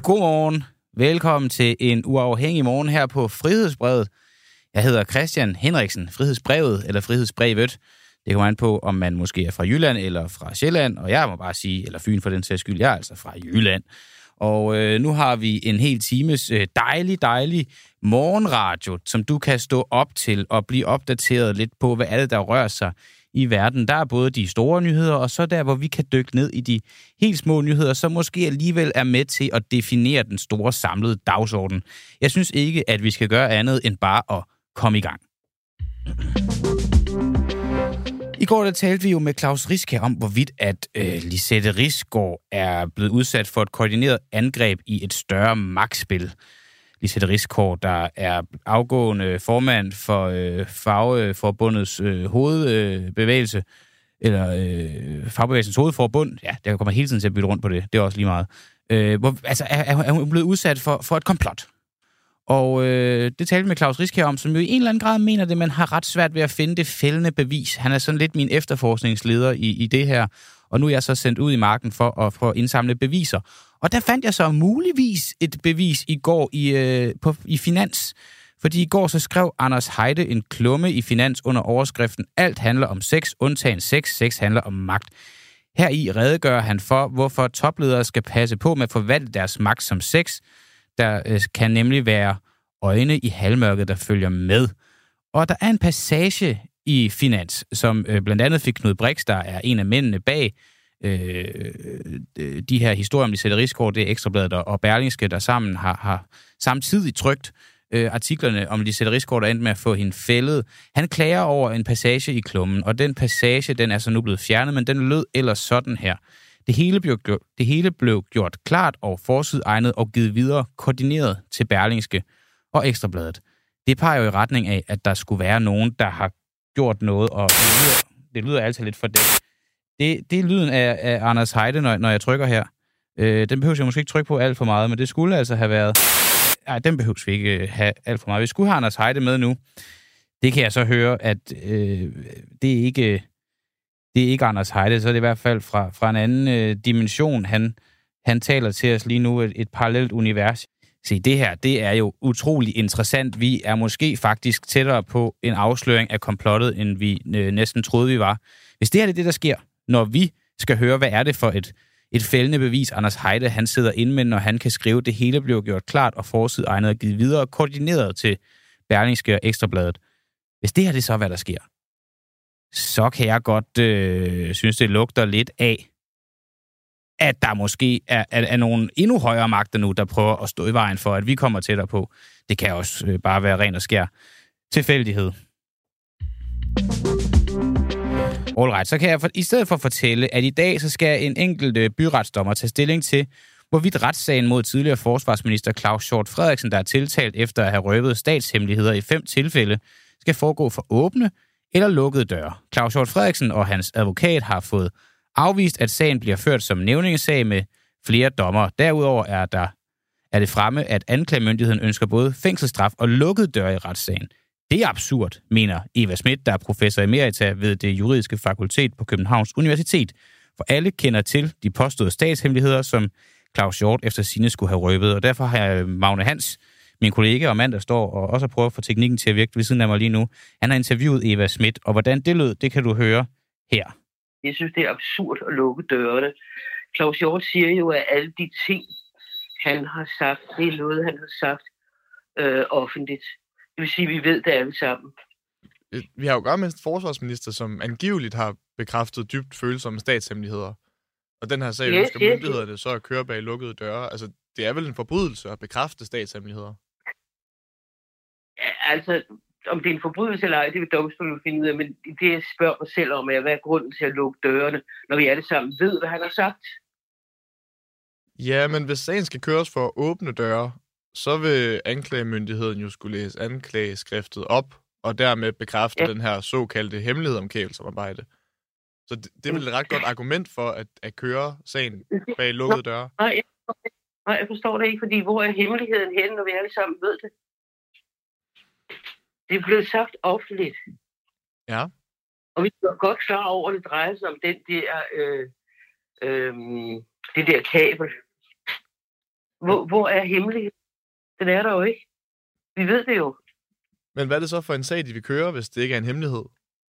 Godmorgen. Velkommen til en uafhængig morgen her på Frihedsbrevet. Jeg hedder Christian Henriksen. Frihedsbrevet eller Frihedsbrevet. Det kommer an på, om man måske er fra Jylland eller fra Sjælland. Og jeg må bare sige, eller Fyn for den sags skyld, jeg er altså fra Jylland. Og nu har vi en hel times dejlig morgenradio, som du kan stå op til og blive opdateret lidt på, hvad er det, der rører sig i verden. Der er både de store nyheder, og så der, hvor vi kan dykke ned i de helt små nyheder, som måske alligevel er med til at definere den store samlede dagsorden. Jeg synes ikke, at vi skal gøre andet end bare at komme i gang. I går der talte vi jo med Klaus Riskær om, hvorvidt at Lizette Risgaard er blevet udsat for et koordineret angreb i et større magtspil. Lizette Risgaard, der er afgående formand for Fagforbundets hovedbevægelse, eller Fagbevægelsens hovedforbund. Ja, der kommer hele tiden til at bytte rundt på det. Det er også lige meget. Er hun blevet udsat for et komplot? Og det talte med Klaus Riskær om, som jo i en eller anden grad mener det, man har ret svært ved at finde det fældende bevis. Han er sådan lidt min efterforskningsleder i det her, og nu er jeg så sendt ud i marken for at indsamle beviser. Og der fandt jeg så muligvis et bevis i går i Finans. Fordi i går så skrev Anders Heide en klumme i Finans under overskriften "Alt handler om sex, undtagen sex. Sex handler om magt". Heri redegør han for, hvorfor topledere skal passe på med at forvalte deres magt som sex. Der kan nemlig være øjne i halvmørket, der følger med. Og der er en passage i Finans, som blandt andet fik Knud Brix, der er en af mændene bag de her historier om Lizette Risgaard, det er Ekstrabladet og Berlingske, der sammen har samtidig trykt artiklerne om Lizette Risgaard, der endte med at få hende fældet. Han klager over en passage i klummen, og den passage, den er så nu blevet fjernet, men den lød ellers sådan her. Det hele blev gjort klart og forsideegnet og givet videre koordineret til Berlingske og Ekstrabladet. Det peger jo i retning af, at der skulle være nogen, der har gjort noget, og det lyder altid lidt for det. Det er lyden af Anders Heide, når jeg trykker her. Den behøver jeg måske ikke trykke på alt for meget, men det skulle altså have været... Nej, den behøver vi ikke have alt for meget. Vi skulle have Anders Heide med nu. Det kan jeg så høre, at det er ikke Anders Heide, så er det i hvert fald fra en anden dimension. Han taler til os lige nu et parallelt univers. Se, det her, det er jo utrolig interessant. Vi er måske faktisk tættere på en afsløring af komplottet, end vi næsten troede, vi var. Hvis det her er det, der sker, når vi skal høre, hvad er det for et fældende bevis, Anders Heide, han sidder inde med, når han kan skrive, det hele bliver gjort klart og forsideegnet og givet videre og koordineret til Berlingske og Ekstrabladet. Hvis det her det så er, hvad der sker, så kan jeg godt synes, det lugter lidt af, at der måske er nogle endnu højere magter nu, der prøver at stå i vejen for, at vi kommer tættere på. Det kan også bare være ren og skær tilfældighed. Alright, så kan jeg i stedet for fortælle, at i dag så skal en enkelt byretsdommer tage stilling til, hvorvidt retssagen mod tidligere forsvarsminister Claus Hjort Frederiksen, der er tiltalt efter at have røvet statshemmeligheder i 5 tilfælde, skal foregå for åbne eller lukkede døre. Claus Hjort Frederiksen og hans advokat har fået afvist, at sagen bliver ført som nævningesag med flere dommer. Derudover er det fremme, at anklagemyndigheden ønsker både fængselsstraf og lukkede døre i retssagen. Det er absurd, mener Eva Schmidt, der er professor emerita ved det juridiske fakultet på Københavns Universitet. For alle kender til de påståede statshemmeligheder, som Claus Hjort efter sine skulle have røbet. Og derfor har jeg Magne Hans, min kollega og mand, der står og også prøver at få teknikken til at virke ved siden af mig lige nu. Han har interviewet Eva Schmidt, og hvordan det lød, det kan du høre her. Jeg synes, det er absurd at lukke dørene. Claus Hjort siger jo, at alle de ting, han har sagt, det er noget, han har sagt offentligt. Det vil sige, at vi ved det alle sammen. Vi har jo godt med en forsvarsminister, som angiveligt har bekræftet dybt følsomme statshemmeligheder. Og den her sag ønsker myndighederne så at køre bag lukkede døre. Altså, det er vel en forbrydelse at bekræfte statshemmeligheder? Ja, altså, om det er en forbrydelse eller ej, det vil domstolen finde ud af. Men det, jeg spørger mig selv om, er, hvad er grunden til at lukke dørene, når vi alle sammen ved, hvad han har sagt? Ja, men hvis sagen skal køres for åbne døre, så vil anklagemyndigheden jo skulle læse anklageskriftet op, og dermed bekræfte den her såkaldte hemmelighed om kabelsamarbejde. Så det er vel et ret godt argument for at køre sagen bag lukkede døre? Nej, jeg forstår det ikke, fordi hvor er hemmeligheden henne, når vi alle sammen ved det? Det er blevet sagt offentligt. Ja. Og vi er godt klar over, at det drejer sig om det der kabel. Hvor er hemmeligheden? Den er der jo ikke. Vi ved det jo. Men hvad er det så for en sag, de vil køre, hvis det ikke er en hemmelighed?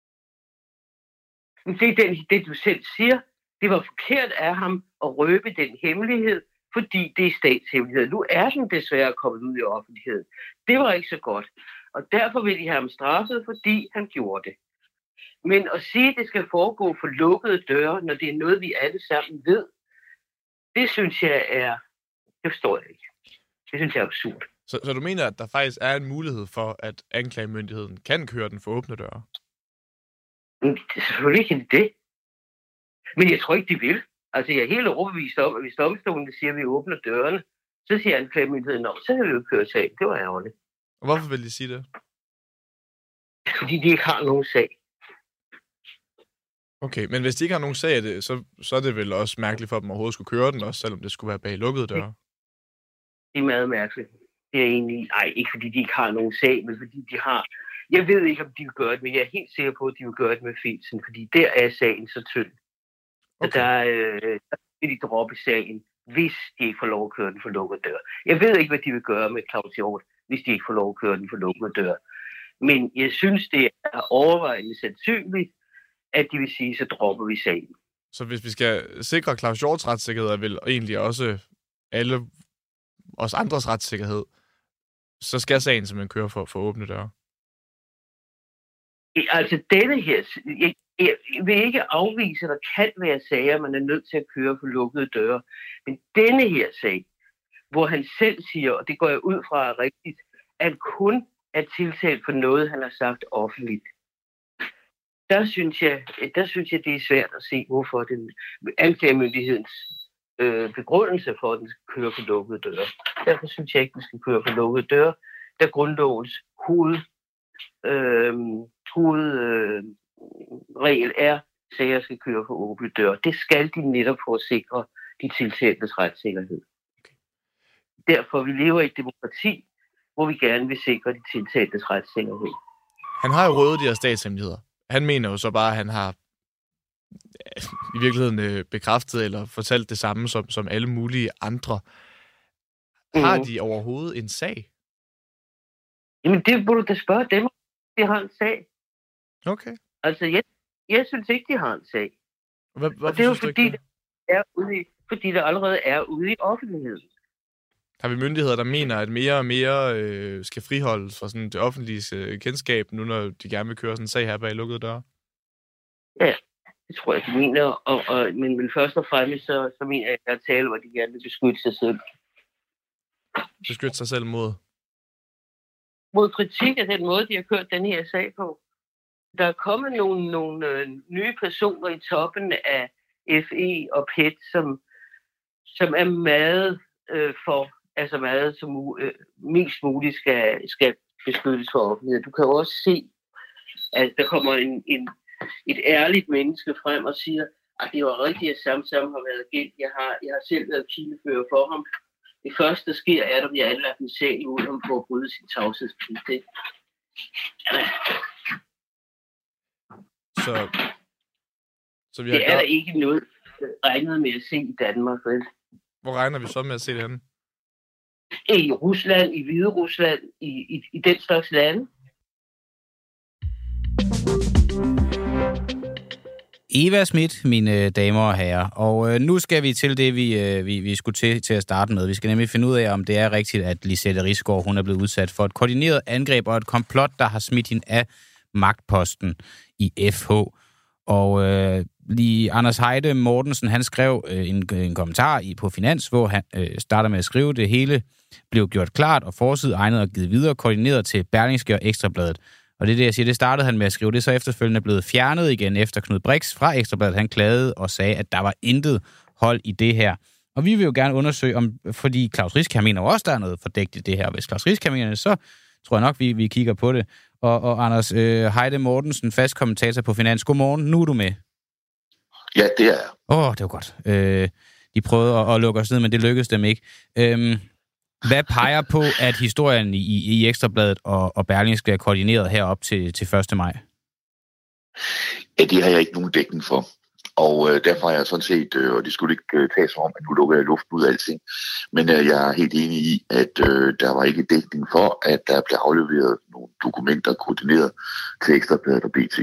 Det er det, du selv siger. Det var forkert af ham at røbe den hemmelighed, fordi det er statshemmelighed. Nu er den desværre kommet ud i offentligheden. Det var ikke så godt. Og derfor vil de have ham straffet, fordi han gjorde det. Men at sige, at det skal foregå for lukkede døre, når det er noget, vi alle sammen ved, det synes jeg det forstår jeg ikke. Det synes jeg er absurd. Så du mener, at der faktisk er en mulighed for, at anklagemyndigheden kan køre den for åbne døre? Selvfølgelig ikke det. Men jeg tror ikke, de vil. Altså, jeg er helt overbevist om, at hvis domstolen siger, at vi åbner dørene, så siger anklagemyndigheden om, så har vi jo kørt sagen. Det var ærgerligt. Og hvorfor vil de sige det? Fordi de ikke har nogen sag. Okay, men hvis de ikke har nogen sag af det, så er det vel også mærkeligt for dem overhovedet skulle køre den, også selvom det skulle være bag lukkede døre? Det er meget mærkeligt. Det er egentlig, ikke fordi de ikke har nogen sag, men fordi de har. Jeg ved ikke, om de vil gøre det, men jeg er helt sikker på, at de vil gøre det med Fedtsen, fordi der er sagen så tynd. Okay. Så der vil de droppe sagen, hvis de ikke får lov at køre den for lukkede dør. Jeg ved ikke, hvad de vil gøre med Claus Hjort, hvis de ikke får lov at køre den for lukkede dør. Men jeg synes, det er overvejende sandsynligt, at de vil sige, så dropper vi sagen. Så hvis vi skal sikre Claus Hjorts retssikkerhed, er vel egentlig også alle os andres retssikkerhed, så skal sagen simpelthen køre for åbne døre? Altså denne her, jeg vil ikke afvise, at der kan være sager, man er nødt til at køre for lukkede døre. Men denne her sag, hvor han selv siger, og det går jeg ud fra er rigtigt, at kun er tiltalt for noget, han har sagt offentligt. Der synes jeg, det er svært at se, hvorfor den anklagemyndighedens begrundelse for, at den skal køre for lukkede døre. Derfor synes jeg ikke, den skal køre for lukkede døre, da grundlovens hovedregel er, at sager skal køre for åbne døre. Det skal de netop for at sikre de tiltaltes retssikkerhed. Okay. Derfor vi lever i et demokrati, hvor vi gerne vil sikre de tiltaltes retssikkerhed. Han har jo røvet de her statshemmeligheder. Han mener jo så bare, at han har i virkeligheden bekræftet eller fortalt det samme som alle mulige andre. Har de overhovedet en sag? Jamen det må du da spørge dem, om de har en sag. Okay. Altså jeg synes ikke, de har en sag. Og det er jo fordi det allerede er ude i offentligheden. Har vi myndigheder, der mener, at mere og mere skal friholdes fra sådan det offentlige kendskab, nu når de gerne vil køre sådan en sag her bag lukkede døre? Ja, det tror jeg, de mener. Men først og fremmest, så mener jeg, at der er tale, hvor de gerne vil beskytte sig selv. Beskytte sig selv mod? Mod kritik af den måde, de har kørt den her sag på. Der er kommet nogle nye personer i toppen af FE og PET, som er meget meget som mest muligt skal beskyttes for offentlighed. Du kan jo også se, at der kommer et ærligt menneske frem og siger, at det var rigtigt, at Samsam har været gæld. Jeg har selv været kildefører for ham. Det første, der sker, er, at der bliver anlagt en sag ud ham for at bryde sin tavshedspligt. Så vi det er der ikke noget regnet med at se i Danmark, vel? Hvor regner vi så med at se det henne? I Rusland, i Hvide Rusland, i den slags lande. Eva Smith, mine damer og herrer. Og nu skal vi til det, vi skulle til at starte med. Vi skal nemlig finde ud af, om det er rigtigt, at Lizette Risgaard, hun er blevet udsat for et koordineret angreb og et komplot, der har smidt hende af magtposten i FH. Og lige Anders Heide Mortensen, han skrev en kommentar på Finans, hvor han starter med at skrive, det hele blev gjort klart og forside egnet og givet videre, koordineret til Berlingske og Ekstrabladet. Og det er det, jeg siger, det startede han med at skrive. Det er så efterfølgende blevet fjernet igen efter Knud Brix fra Ekstrabladet. Han klagede og sagde, at der var intet hold i det her. Og vi vil jo gerne undersøge, fordi Klaus Riskær mener også, der er noget fordækt i det her. Hvis Klaus Riskær mener det, så tror jeg nok, vi kigger på det. Og Anders Heide Mortensen, fast kommentator på Finans. Godmorgen, nu er du med. Ja, det er jeg. Det var godt. De prøvede at lukke os ned, men det lykkedes dem ikke. Hvad peger på, at historien i Ekstrabladet og Berlingske er koordineret herop til 1. maj? Ja, det har jeg ikke nogen dækning for. Og derfor er jeg sådan set, og det skulle ikke tage sig om, at nu lukker jeg luften ud af alting, men jeg er helt enig i, at der var ikke dækning for, at der blev afleveret nogle dokumenter koordineret til Ekstrabladet og BT.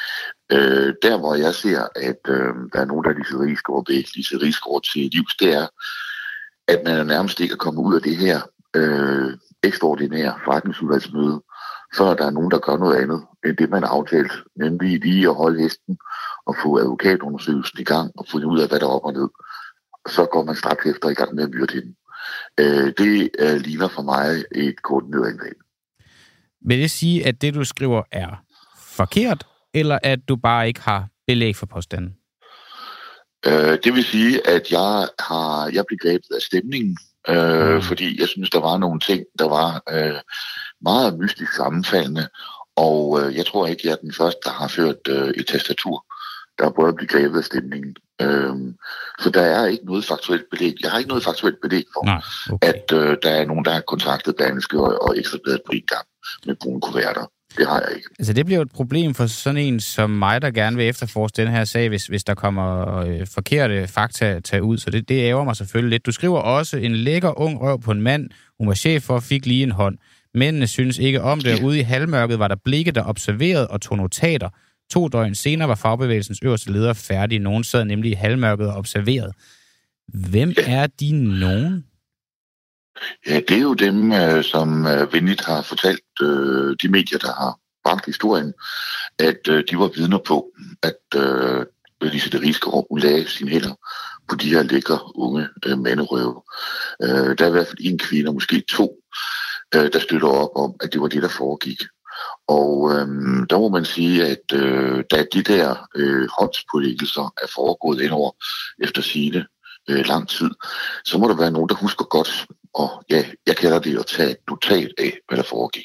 Der hvor jeg ser, at der er nogen, der er Lise Risgaard til livs, det er, at man er nærmest ikke er kommet ud af det her ekstraordinære forretningsudvalgsmøde, før der er nogen, der gør noget andet end det, man har aftalt, nemlig lige at holde hesten og få advokatundersøgelsen i gang og finde ud af, hvad der er op og ned. Så går man straks efter i gang med at myrde hende. Det ligner for mig et koordineret angreb. Vil det sige, at det, du skriver, er forkert, eller at du bare ikke har belæg for påstanden? Det vil sige, at jeg blev grebet af stemningen, fordi jeg synes, der var nogle ting, der var meget mystisk sammenfaldende, og jeg tror ikke, jeg er den første, der har ført et tastatur, der er både blevet grebet af stemningen. Så der er ikke noget faktuelt belæg. Jeg har ikke noget faktuelt belæg for, at der er nogen, der har kontaktet Berlingske og Ekstrabladet på en gang med brune kuverter. Det har jeg ikke. Altså det bliver jo et problem for sådan en som mig, der gerne vil efterforske den her sag, hvis der kommer forkerte fakta at tage ud. Så det ærger mig selvfølgelig lidt. Du skriver også, en lækker ung røv på en mand, hun var chef for, fik lige en hånd. Mændene synes ikke om det, og ude i halvmørket var der blikke, der observerede og tog notater. 2 døgn senere var fagbevægelsens øverste leder færdig. Nogen sad nemlig i halvmørket og observerede. Hvem er de nogen? Ja, det er jo dem, som venligt har fortalt de medier, der har bragt historien, at de var vidner på, at Lise Risgaard lagde sine hænder på de her lækre unge manderøve. Der er i hvert fald en kvinde, og måske 2, der støtter op om, at det var det, der foregik. Og der må man sige, at da de der håndspålæggelser er foregået indover efter sigende lang tid, så må der være nogen, der husker godt, og ja, jeg kalder det at tage et notat af, hvad der foregik.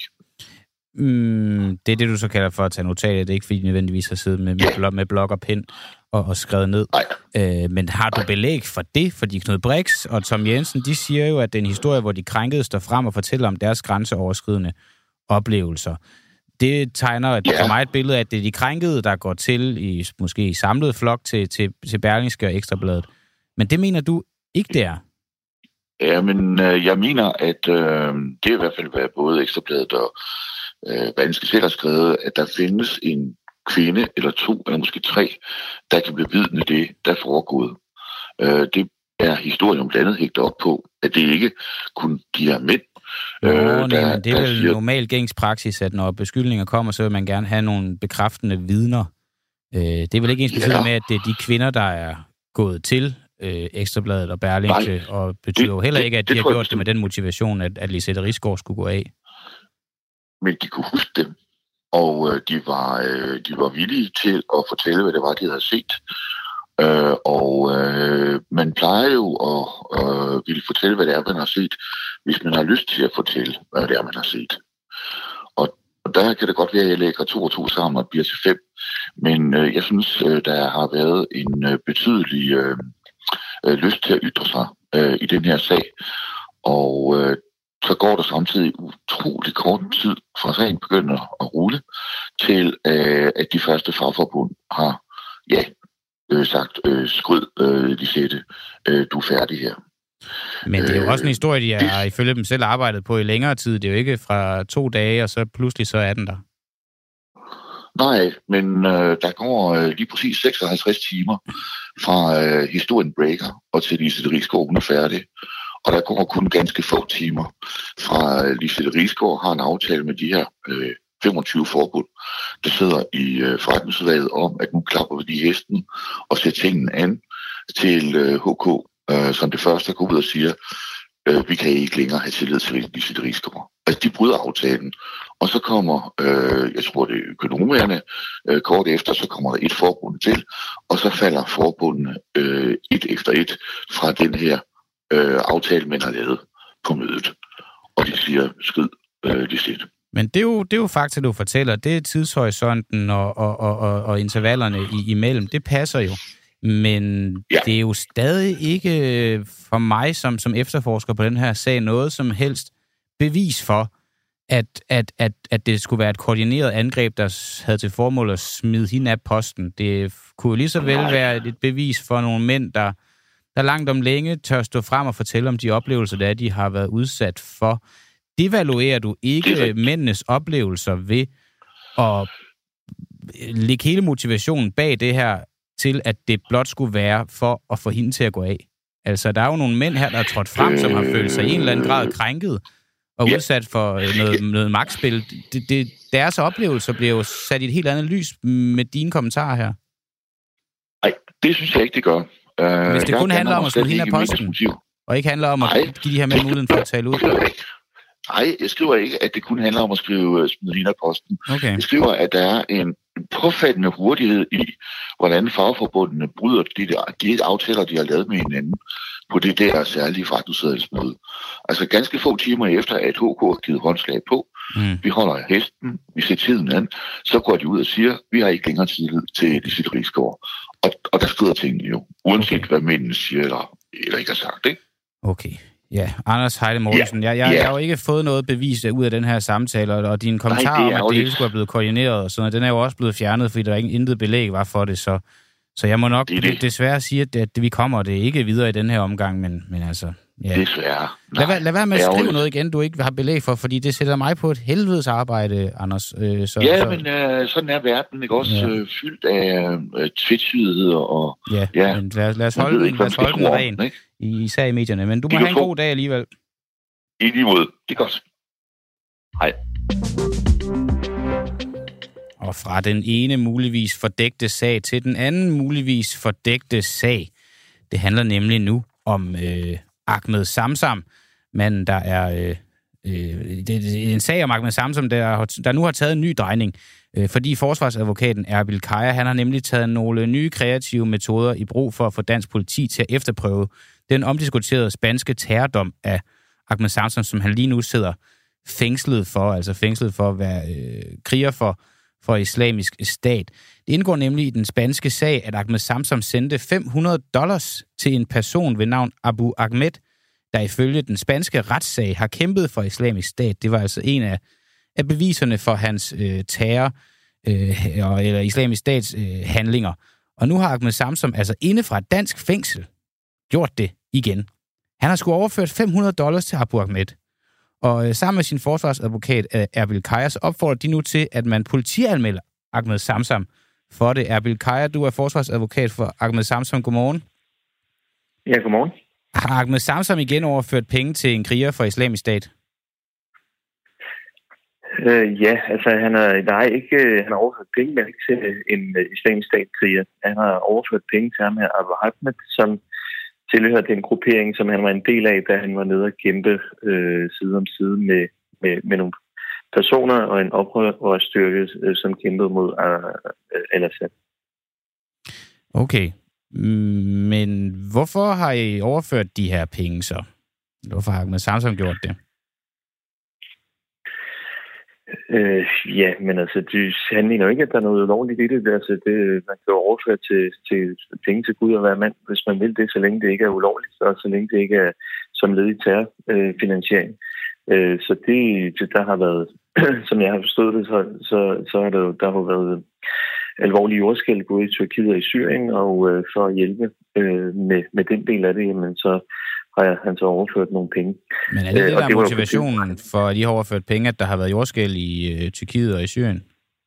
Det er det, du så kalder for at tage notat. Det er ikke, fordi de nødvendigvis har siddet med blok og pen og skrevet ned. Men har du belæg for det? Fordi Knud Brix og Tom Jensen, de siger jo, at det er en historie, hvor de krænkede står frem og fortæller om deres grænseoverskridende oplevelser. Det tegner for mig et billede af, at det er de krænkede, der går til måske i samlet flok til Berlingske og Ekstrabladet. Men det mener du ikke, det er? Ja, men jeg mener, at det er i hvert fald, hvad både Ekstrabladet og Berlingske selv har skrevet, at der findes en kvinde eller 2, eller måske 3, der kan bevidne det, der er foregået. Det er historien om blandt andet hægtet op på, at det ikke kun de her mænd. Men det er vel normal gængs praksis, at når beskyldninger kommer, så vil man gerne have nogle bekræftende vidner. Det er vel ikke ens betydende med, at det er de kvinder, der er gået til Ekstrabladet og Berlingske, og betyder jo heller ikke, at de har gjort det med den motivation, at Lise Risgaard skulle gå af. Men de kunne huske det, og de var villige til at fortælle, hvad det var, de havde set. Man plejer jo at ville fortælle, hvad det er, man har set, hvis man har lyst til at fortælle, hvad det er, man har set. Og der kan det godt være, at jeg lægger 2 og 2 sammen og bliver til 5. Men jeg synes, der har været en betydelig lyst til at ytre sig i den her sag. Og så går der samtidig utrolig kort tid fra sagen begynder at rulle, til at de første fagforbund har sagt, skryd, Lisette, du er færdig her. Men det er jo også en historie, de har ifølge dem selv arbejdet på i længere tid. Det er jo ikke fra 2 dage, og så pludselig så er den der. Nej, men der går lige præcis 56 timer fra historien breaker og til Lise Risgaard, hun er færdig. Og der går kun ganske få timer fra Lise Risgaard har en aftale med de her 25 forbund, der sidder i forretningsudvalget om, at nu klapper vi de hesten og ser tingene an til HK, som det første går ud og siger, vi kan ikke længere have tillid til Lise Risgaard. Altså, de bryder aftalen. Og så kommer, jeg tror det er økonomerne, kort efter, så kommer der et forbund til, og så falder forbundene et efter et fra den her aftale, man har lavet på mødet. Og de siger, skrid, Lisette. Men det er jo fakta, du fortæller. Det er tidshorisonten og intervallerne imellem. Det passer jo. Men det er jo stadig ikke for mig som efterforsker på den her sag noget som helst bevis for, at det skulle være et koordineret angreb, der havde til formål at smide hende af posten. Det kunne lige så vel være et bevis for nogle mænd, der langt om længe tør stå frem og fortælle om de oplevelser, de har været udsat for. Devaluerer du ikke mændenes oplevelser ved at lægge hele motivationen bag det her til, at det blot skulle være for at få hende til at gå af? Altså, der er jo nogle mænd her, der er trådt frem, som har følt sig i en eller anden grad krænket og udsat for noget magtspil. Deres oplevelser bliver jo sat i et helt andet lys med dine kommentarer her. Nej, det synes jeg ikke, det gør. Hvis det kun handler om at smide hende af posten, og ikke handler om at give de her mænd muligheden for at tale ud? Nej, jeg skriver ikke, at det kun handler om at smide hende af posten. Okay. Jeg skriver, at der er en påfaldende hurtighed i, hvordan fagforbundene bryder de aftaler, de har lavet med hinanden på det der særlige fragtudsættelsesmøde. Altså ganske få timer efter, at HK har givet håndslag på, vi holder hesten, vi ser tiden an, så går de ud og siger, vi har ikke længere tillid til Lisette Risgaard. Og der skrider tingene jo, uanset hvad mændene siger eller ikke har sagt, ikke? Okay. Ja, Anders Heide Mortensen. Jeg har jo ikke fået noget bevis ud af den her samtale, og din kommentar om, at det hele skulle have blevet koordineret og sådan noget, den er jo også blevet fjernet, fordi der intet belæg var for det, så jeg må nok desværre sige, at vi kommer det ikke videre i den her omgang, men altså... Ja. Desværre. Lad være med at skrive noget igen, du ikke har belæg for, fordi det sætter mig på et helvedes arbejde, Anders. Men sådan er verden, ikke også fyldt af tvetydigheder og... Ja, men lad os holde den ren, især i medierne. Men du må have en god dag alligevel. I lige måde. Det er godt. Hej. Og fra den ene muligvis fordækte sag til den anden muligvis fordækte sag. Det handler nemlig nu om... Ahmed Samsam, manden, der er en sag om Ahmed Samsam, der nu har taget en ny drejning, fordi forsvarsadvokaten Erbil Kaya, han har nemlig taget nogle nye kreative metoder i brug for at få dansk politi til at efterprøve den omdiskuterede spanske terrordom af Ahmed Samsam, som han lige nu sidder fængslet for at være kriger for islamisk stat. Det indgår nemlig i den spanske sag, at Ahmed Samsam sendte $500 til en person ved navn Abu Ahmed, der ifølge den spanske retssag har kæmpet for islamisk stat. Det var altså en af beviserne for hans terror eller islamisk stats handlinger. Og nu har Ahmed Samsam altså inde fra et dansk fængsel gjort det igen. Han har sgu overført $500 til Abu Ahmed. Og sammen med sin forsvarsadvokat Erbil Kaya, så opfordrer de nu til, at man politianmelder Ahmed Samsam for det. Erbil Kaya, du er forsvarsadvokat for Ahmed Samsam. Godmorgen. Ja, godmorgen. Har Ahmed Samsam igen overført penge til en kriger for islamisk stat? Ja, altså han har overført penge, men ikke til en islamisk stat-kriger. Han har overført penge til ham her, Abu Ahmed, som tilhører den gruppering, som han var en del af, da han var nede og kæmpe side om side med nogle personer og en oprørsstyrke, som kæmpede mod al-Assad. Okay. Men hvorfor har I overført de her penge så? Hvorfor har Ahmed Samsam gjort det? Ja, men altså, han mener jo ikke, at der er noget ulovligt i det. Altså, man kan jo overføre til penge til Gud og hver mand, hvis man vil det, så længe det ikke er ulovligt, og så længe det ikke er som led i terrorfinansiering. Så det, der har været, som jeg har forstået det, så har der har været alvorlige jordskælv både i Tyrkiet og i Syrien, og for at hjælpe med den del af det, jamen, så har han så overført nogle penge. Men er det der motivationen for, at de har overført penge, at der har været jordskælv i Tyrkiet og i Syrien?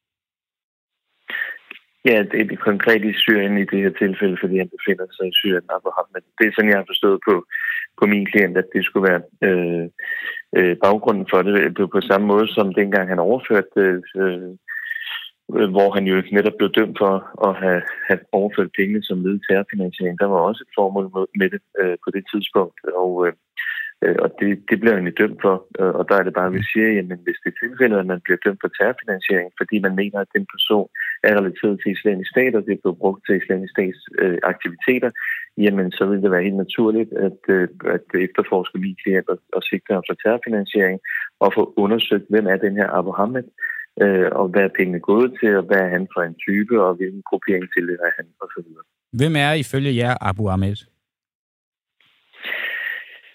Ja, det er det konkret i Syrien i det her tilfælde, fordi han befinder sig i Syrien. Men det er sådan, jeg har forstået på min klient, at det skulle være baggrunden for det. På samme måde som dengang han overførte hvor han jo netop blev dømt for at have overført pengene som led i terrorfinansiering. Der var også et formål med det på det tidspunkt, og det blev han jo dømt for. Og der er det bare, vi siger, jamen hvis det er tilfældet, at man bliver dømt for terrorfinansiering, fordi man mener, at den person er relateret til islamisk stat, og det er blevet brugt til islamisk stats aktiviteter, jamen så vil det være helt naturligt at efterforske min klient og sigte ham for terrorfinansiering, og få undersøgt, hvem er den her Abu Ahmed, og hvad er pengene gået til, og hvad er han for en type, og hvilken gruppering tilhører han, og så videre. Hvem er ifølge jer Abu Ahmed?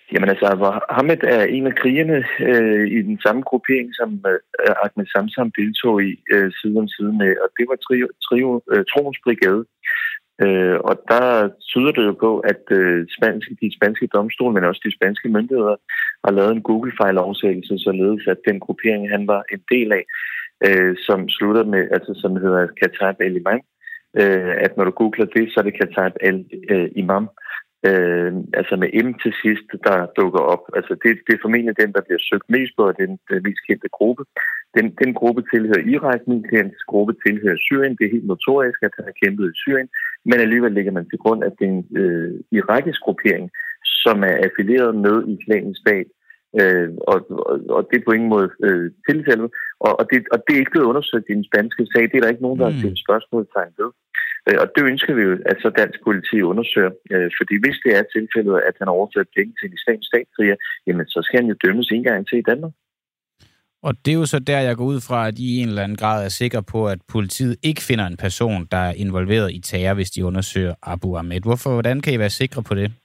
Jamen altså, Ahmed er en af krigerne i den samme gruppering, som Ahmed Samsam deltog i side om side med, og det var Troens Brigade. Og der tyder det jo på, at de spanske domstole, men også de spanske myndigheder, har lavet en Google-fejloversættelse, således at den gruppering, han var en del af, som slutter med, altså som hedder Kataib al-Imam, at når du googler det, så er det Kataib al-Imam, altså med M til sidst, der dukker op. Altså det er formentlig den, der bliver søgt mest på, og den mest kendte gruppe. Den gruppe tilhører Irak, min klients gruppe tilhører Syrien. Det er helt notorisk, at han har kæmpet i Syrien, men alligevel ligger man til grund, at det er en irakisk gruppering, som er affilieret med Islamisk Stat, og det er på ingen måde tilfældet. Og det er ikke blevet undersøgt i den spanske sag. Det er der ikke nogen, der har stillet spørgsmålstegn ved. Og det ønsker vi jo, at så dansk politi undersøger. Fordi hvis det er tilfældet, at han overfører penge til en Islamisk Stat-kriger, jamen så skal han jo dømmes en gang til i Danmark. Og det er jo så der, jeg går ud fra, at I i en eller anden grad er sikker på, at politiet ikke finder en person, der er involveret i terror, hvis de undersøger Abu Ahmed. Hvordan kan I være sikre på det?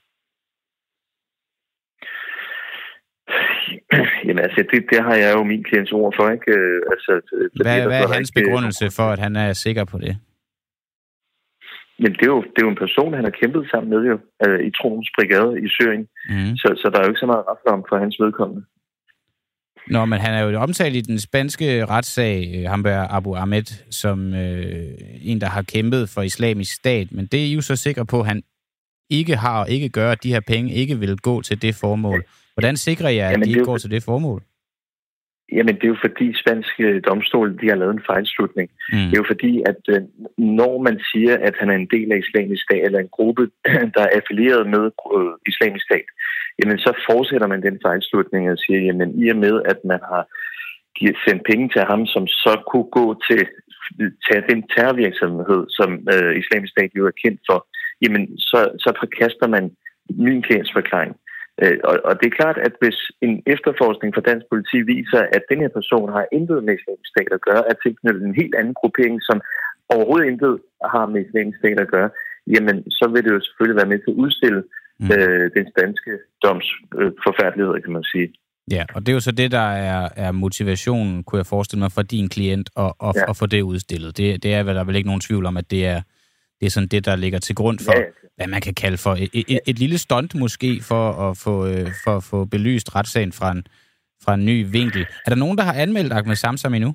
Jamen altså, det har jeg jo min klients ord for, ikke? Hvad er hans begrundelse for, at han er sikker på det? Men det er jo en person, han har kæmpet sammen med jo, i Troens Brigade i Syrien. Mm. Så der er jo ikke så meget ret om for hans vedkommende. Nå, men han er jo omtalt i den spanske retssag, Abu Ahmed, som en, der har kæmpet for Islamisk Stat. Men det er jo så sikker på, at han ikke har og ikke gør, at de her penge ikke vil gå til det formål. Hvordan sikrer jeg, at de ikke går til det formål? Jamen, det er jo fordi spanske domstole, de har lavet en fejlslutning. Det er jo fordi, at når man siger, at han er en del af Islamisk Stat, eller en gruppe, der er affilieret med Islamisk Stat, jamen så fortsætter man den fejlslutning og siger, jamen i og med, at man har sendt penge til ham, som så kunne gå til den terrorvirksomhed, som Islamisk Stat jo er kendt for, jamen så forkaster man min klients forklaring. Og det er klart, at hvis en efterforskning fra dansk politi viser, at den her person har intet med Islamisk Stat at gøre, er tilknyttet en helt anden gruppering, som overhovedet intet har med Islamisk Stat at gøre, jamen så vil det jo selvfølgelig være med til at udstille den spanske doms forfærdeligheder, kan man sige. Ja, og det er jo så det, der er motivationen, kunne jeg forestille mig, for din klient at få det udstillet. Det er vel, der er vel ikke nogen tvivl om, at det er sådan det, der ligger til grund for, hvad man kan kalde for et lille stunt måske, for at få belyst retssagen fra en ny vinkel. Er der nogen, der har anmeldt Ahmed Samsam endnu?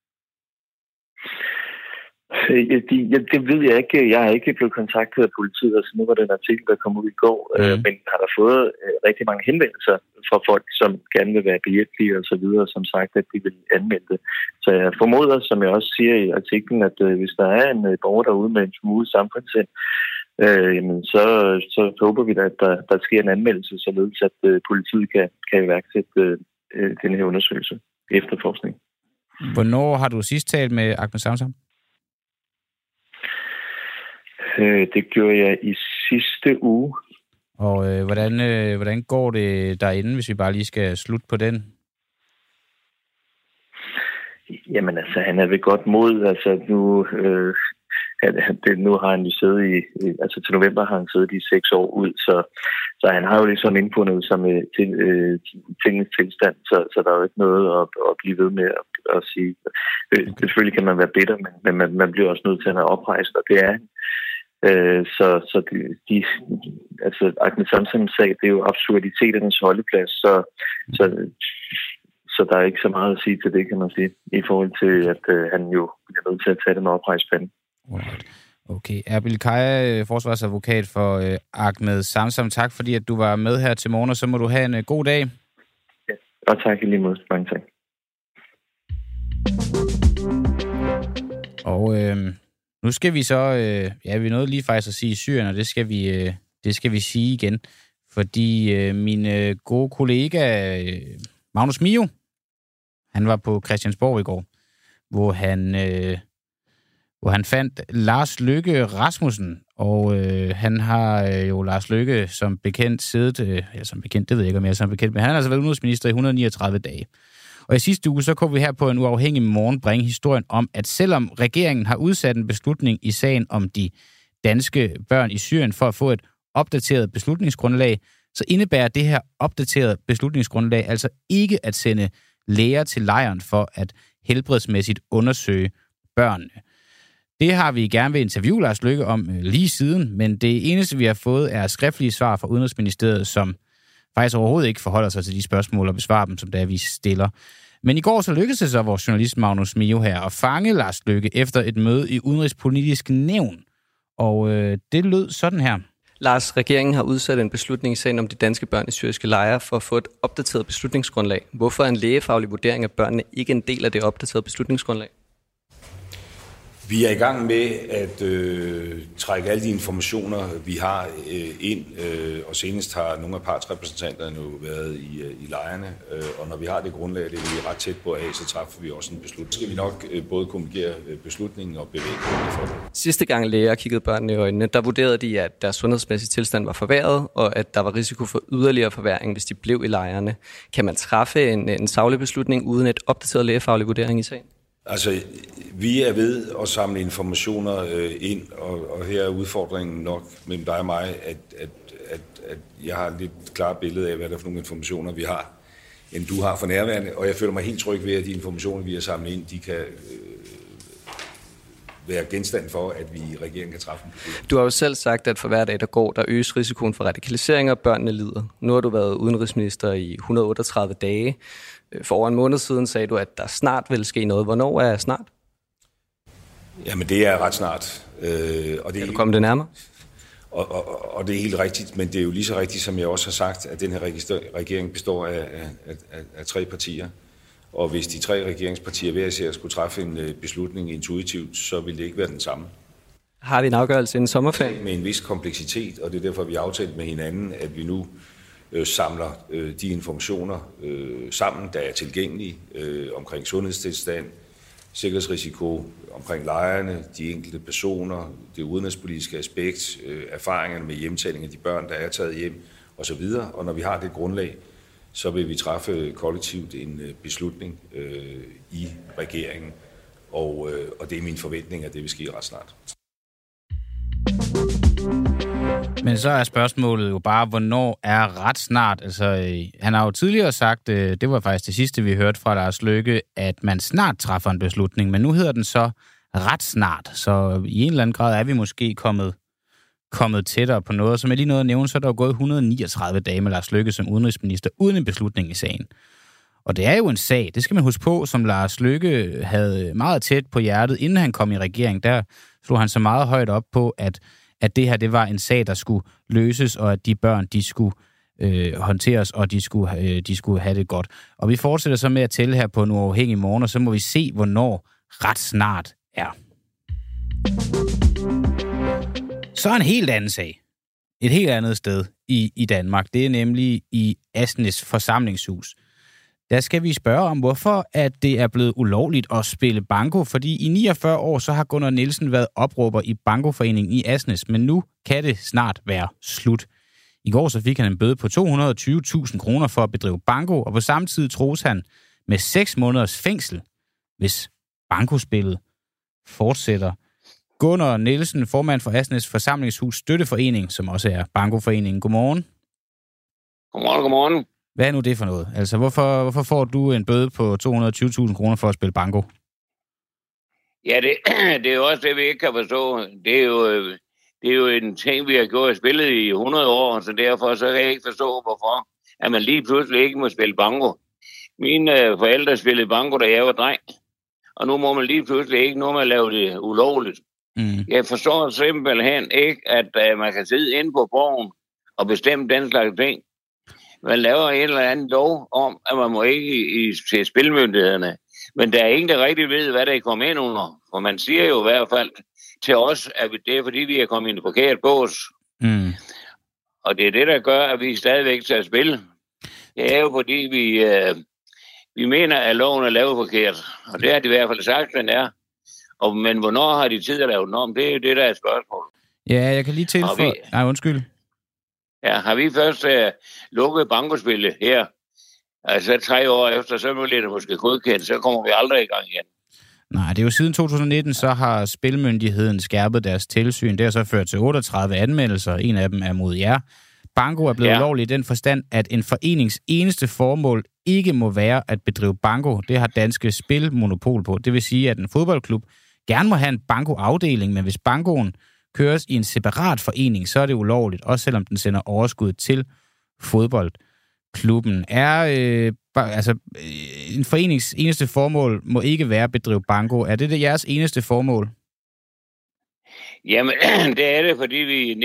Det ved jeg ikke. Jeg er ikke blevet kontaktet af politiet, altså nu var den artikel, der kom ud i går, men har der fået rigtig mange henvendelser fra folk, som gerne vil være behjælpelige og så videre, som sagt, at de vil anmelde det. Så jeg formoder, som jeg også siger i artiklen, at hvis der er en borger derude med en smule samfundssind, jamen så håber vi da, at der sker en anmeldelse, således at politiet kan iværksætte den her undersøgelse, efterforskning. Hvornår har du sidst talt med Ahmed Samsam? Det gjorde jeg i sidste uge. Og hvordan går det derinde, hvis vi bare lige skal slutte på den? Jamen altså, han er ved godt mod. Altså nu har han jo siddet altså til november har han siddet i 6 år ud, så han har jo ligesom indfundet sig med tingens tilstand, så der er jo ikke noget at blive ved med at sige. Selvfølgelig kan man være bitter, men man bliver også nødt til at have oprejst, og det er han. Så Ahmed Samsams sag, det er jo absurditeternes holdeplads, så der er ikke så meget at sige til det, kan man sige, i forhold til, at han jo bliver nødt til at tage det med oprejspanden. Okay. Erbil Kaya, forsvarsadvokat for Ahmed Samsam. Tak fordi, at du var med her til morgen, og så må du have en god dag. Ja, og tak i lige måde. Mange tak. Og nu skal vi så, vi nåede lige faktisk at sige Syrien, og det skal vi sige igen, fordi min gode kollega Magnus Mio, han var på Christiansborg i går, hvor han fandt Lars Løkke Rasmussen, og han har jo Lars Løkke som bekendt siddet, som bekendt, det ved jeg ikke om jeg er som bekendt, men han har altså været udenrigsminister i 139 dage. Og i sidste uge, så kunne vi her på en uafhængig morgen bringe historien om, at selvom regeringen har udsat en beslutning i sagen om de danske børn i Syrien for at få et opdateret beslutningsgrundlag, så indebærer det her opdaterede beslutningsgrundlag altså ikke at sende læger til lejren for at helbredsmæssigt undersøge børnene. Det har vi gerne ved interviewe Lars Løkke om lige siden, men det eneste, vi har fået, er skriftlige svar fra Udenrigsministeriet, som faktisk overhovedet ikke forholder sig til de spørgsmål og besvarer dem, som der vi stiller. Men i går så lykkedes det så vores journalist Magnus Mio her at fange Lars Løkke efter et møde i Udenrigspolitisk Nævn. Og det lød sådan her. Lars, regeringen har udsat en beslutning i sagen om de danske børn i syriske lejre for at få et opdateret beslutningsgrundlag. Hvorfor er en lægefaglig vurdering af børnene ikke en del af det opdaterede beslutningsgrundlag? Vi er i gang med at trække alle de informationer, vi har ind, og senest har nogle af partsrepræsentanterne jo været i lejrene, og når vi har det grundlag, det er vi ret tæt på at have, så træffer vi også en beslutning. Så skal vi nok både kommunikere beslutningen og bevæge for det. Sidste gang læger kiggede børnene i øjnene, der vurderede de, at deres sundhedsmæssige tilstand var forværret, og at der var risiko for yderligere forværring, hvis de blev i lejrene. Kan man træffe en saglig beslutning uden et opdateret lægefaglig vurdering i sagen? Altså, vi er ved at samle informationer ind, og her er udfordringen nok mellem dig og mig, at jeg har et lidt klart billede af, hvad der er for nogle informationer, vi har, end du har for nærværende, og jeg føler mig helt tryg ved, at de informationer, vi har samlet ind, de kan være genstand for, at vi i regeringen kan træffe en beslutning. Du har jo selv sagt, at for hver dag, der går, der øges risikoen for radikalisering, og børnene lider. Nu har du været udenrigsminister i 138 dage. For over en måned siden sagde du, at der snart vil ske noget. Hvornår er snart? Jamen, det er ret snart. Og det kan du komme det nærmere? Og det er helt rigtigt, men det er jo lige så rigtigt, som jeg også har sagt, at den her regering består af 3 partier. Og hvis de 3 regeringspartier hver især skulle træffe en beslutning intuitivt, så ville det ikke være den samme. Har vi en afgørelse inden sommerferien? Med en vis kompleksitet, og det er derfor, vi har aftalt med hinanden, at vi nu samler de informationer sammen, der er tilgængelige omkring sundhedstilstand, sikkerhedsrisiko, omkring lejrene, de enkelte personer, det udenrigspolitiske aspekt, erfaringerne med hjemtagning af de børn, der er taget hjem osv. Og når vi har det grundlag, så vil vi træffe kollektivt en beslutning i regeringen, og det er min forventning, at det vil ske ret snart. Men så er spørgsmålet jo bare, hvornår er ret snart? Altså, han har jo tidligere sagt, det var faktisk det sidste, vi hørte fra Lars Løkke, at man snart træffer en beslutning, men nu hedder den så ret snart. Så i en eller anden grad er vi måske kommet tættere på noget. Som jeg lige nåede at nævne, så er der jo gået 139 dage med Lars Løkke som udenrigsminister, uden en beslutning i sagen. Og det er jo en sag, det skal man huske på, som Lars Løkke havde meget tæt på hjertet, inden han kom i regering. Der slog han så meget højt op på, at det her, det var en sag, der skulle løses, og at de børn, de skulle håndteres, og de skulle have det godt. Og vi fortsætter så med at tælle her på en uafhængig morgen, og så må vi se, hvornår ret snart er. Så en helt anden sag. Et helt andet sted i Danmark. Det er nemlig i Asnæs forsamlingshus. Der skal vi spørge om, hvorfor at det er blevet ulovligt at spille banko, fordi i 49 år så har Gunnar Nielsen været opråber i Bankoforeningen i Asnæs, men nu kan det snart være slut. I går så fik han en bøde på 220.000 kroner for at bedrive banko, og på samme tid trues han med 6 måneders fængsel, hvis bankospillet fortsætter. Gunnar Nielsen, formand for Asnæs Forsamlingshus Støtteforening, som også er Bankoforeningen. Godmorgen. Godmorgen. Hvad er nu det for noget? Altså, hvorfor får du en bøde på 220.000 kroner for at spille banko? Ja, det er jo også det, vi ikke kan forstå. Det er jo en ting, vi har gjort og spillet i 100 år, så derfor så kan jeg ikke forstå, hvorfor at man lige pludselig ikke må spille banko. Mine forældre spillede banko, da jeg var dreng, og nu må man lige pludselig ikke, nu må man lave det ulovligt. Jeg forstår simpelthen ikke, at man kan sidde inde på borgen og bestemme den slags ting. Man laver en eller anden lov om, at man må ikke til spilmyndighederne. Men der er ingen, der rigtig ved, hvad der er kommet ind under. For man siger jo i hvert fald til os, at det er fordi, vi er kommet i en forkert bås. Og det er det, der gør, at vi stadigvæk tager spil. Det er jo fordi, vi mener, at loven er lavet forkert. Og det har de i hvert fald sagt, den er. Men hvornår har de tid at lave den om? Det er jo det, der er et spørgsmål. Ja, jeg kan lige tilføje... Nej, undskyld. Ja, har vi først lukket bankospillet her, altså 3 år efter, så bliver det måske godkendt, så kommer vi aldrig i gang igen. Nej, det er jo siden 2019, så har Spilmyndigheden skærpet deres tilsyn. Det har så ført til 38 anmeldelser, en af dem er mod jer. banko er blevet ulovlig i den forstand, at en forenings eneste formål ikke må være at bedrive banko. Det har Danske Spil monopol på. Det vil sige, at en fodboldklub gerne må have en bankoafdeling, men hvis bankoen køres i en separat forening, så er det ulovligt, også selvom den sender overskud til fodboldklubben. En forenings eneste formål må ikke være at bedrive banko. Er det jeres eneste formål? Jamen, det er det, fordi vi i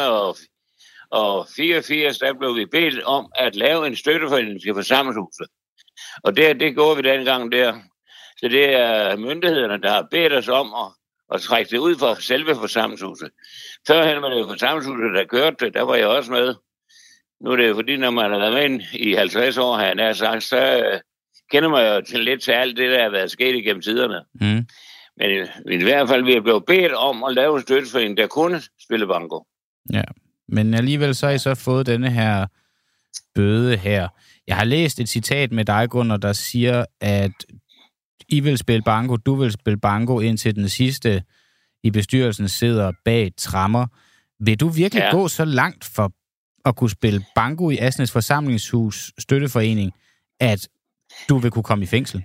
1984, der blev vi bedt om at lave en støtteforening til forsamlingshuset. Og det gjorde vi dengang der. Så det er myndighederne, der har bedt os om at trække det ud for selve forsamlingshuset. Førhen var det forsamlingshuset, der kørte det, der var jeg også med. Nu er det jo fordi, når man har været med i 50 år, har jeg nær sagt, så kender man jo lidt til alt det, der har været sket igennem tiderne. Mm. Men i hvert fald, vi er blevet bedt om at lave en støtteforening, der kunne spille banko. Ja, men alligevel så har I så fået denne her bøde her. Jeg har læst et citat med dig, Gunnar, der siger, at I vil spille banko, du vil spille banko, indtil den sidste i bestyrelsen sidder bag trammer. Vil du virkelig gå så langt for at kunne spille banko i Asnes Forsamlingshus støtteforening, at du vil kunne komme i fængsel?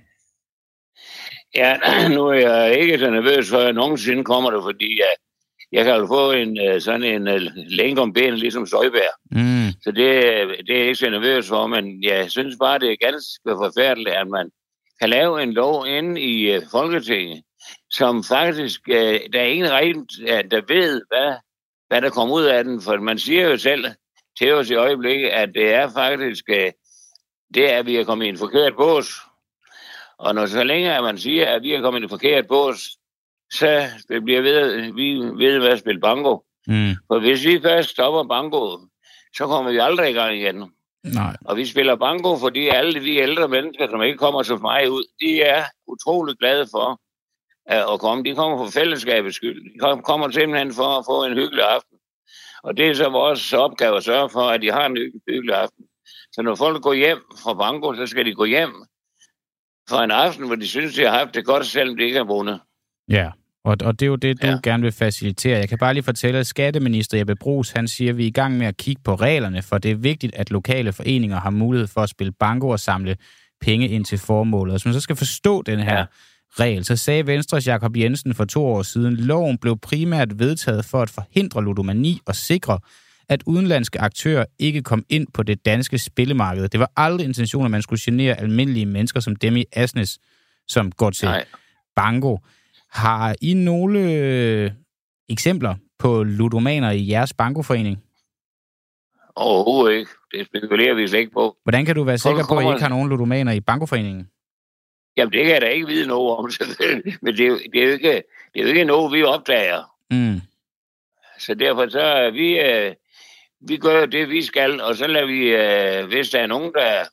Ja, nu er jeg ikke så nervøs for, at nogensinde kommer det, fordi jeg kan jo få sådan en længe om benet, ligesom Støjberg. Mm. Så det er jeg ikke så nervøs for, men jeg synes bare, det er ganske forfærdeligt, at man kan lave en lov inde i Folketinget, som faktisk, der er ingen regel, der ved, hvad der kommer ud af den, for man siger jo selv til os i øjeblikket, at det er faktisk, det er, at vi er kommet i en forkert bås. Og når så længe man siger, at vi er kommet i en forkert bås, så bliver vi ved at spille banko. Mm. For hvis vi først stopper banko, så kommer vi aldrig i gang igen. Nej. Og vi spiller banko, fordi alle de ældre mennesker, som ikke kommer så meget ud, de er utroligt glade for at komme. De kommer for fællesskabets skyld. De kommer simpelthen for at få en hyggelig aften. Og det er så vores opgave at sørge for, at de har en hyggelig aften. Så når folk går hjem fra banko, så skal de gå hjem for en aften, hvor de synes, de har haft det godt, selvom de ikke har vundet. Ja, og det er jo det, du gerne vil facilitere. Jeg kan bare lige fortælle, at skatteminister Jeppe Bruus, han siger, at vi er i gang med at kigge på reglerne, for det er vigtigt, at lokale foreninger har mulighed for at spille banko og samle penge ind til formålet. Og hvis man så skal forstå den her regel, så sagde Venstres Jakob Jensen for 2 år siden, loven blev primært vedtaget for at forhindre ludomani og sikre, at udenlandske aktører ikke kom ind på det danske spillemarked. Det var aldrig intentionen, at man skulle genere almindelige mennesker som dem i Asnes, som går til banko. Har I nogle eksempler på ludomaner i jeres bankoforening? Overhovedet ikke. Det spekulerer vi slet ikke på. Hvordan kan du være sikker på, at I ikke har nogen ludomaner i bankoforeningen? Jamen, det kan jeg da ikke vide noget om, men det er jo ikke noget, vi opdager. Mm. Så derfor så vi gør det, vi skal, og så lader vi, hvis der er nogen, der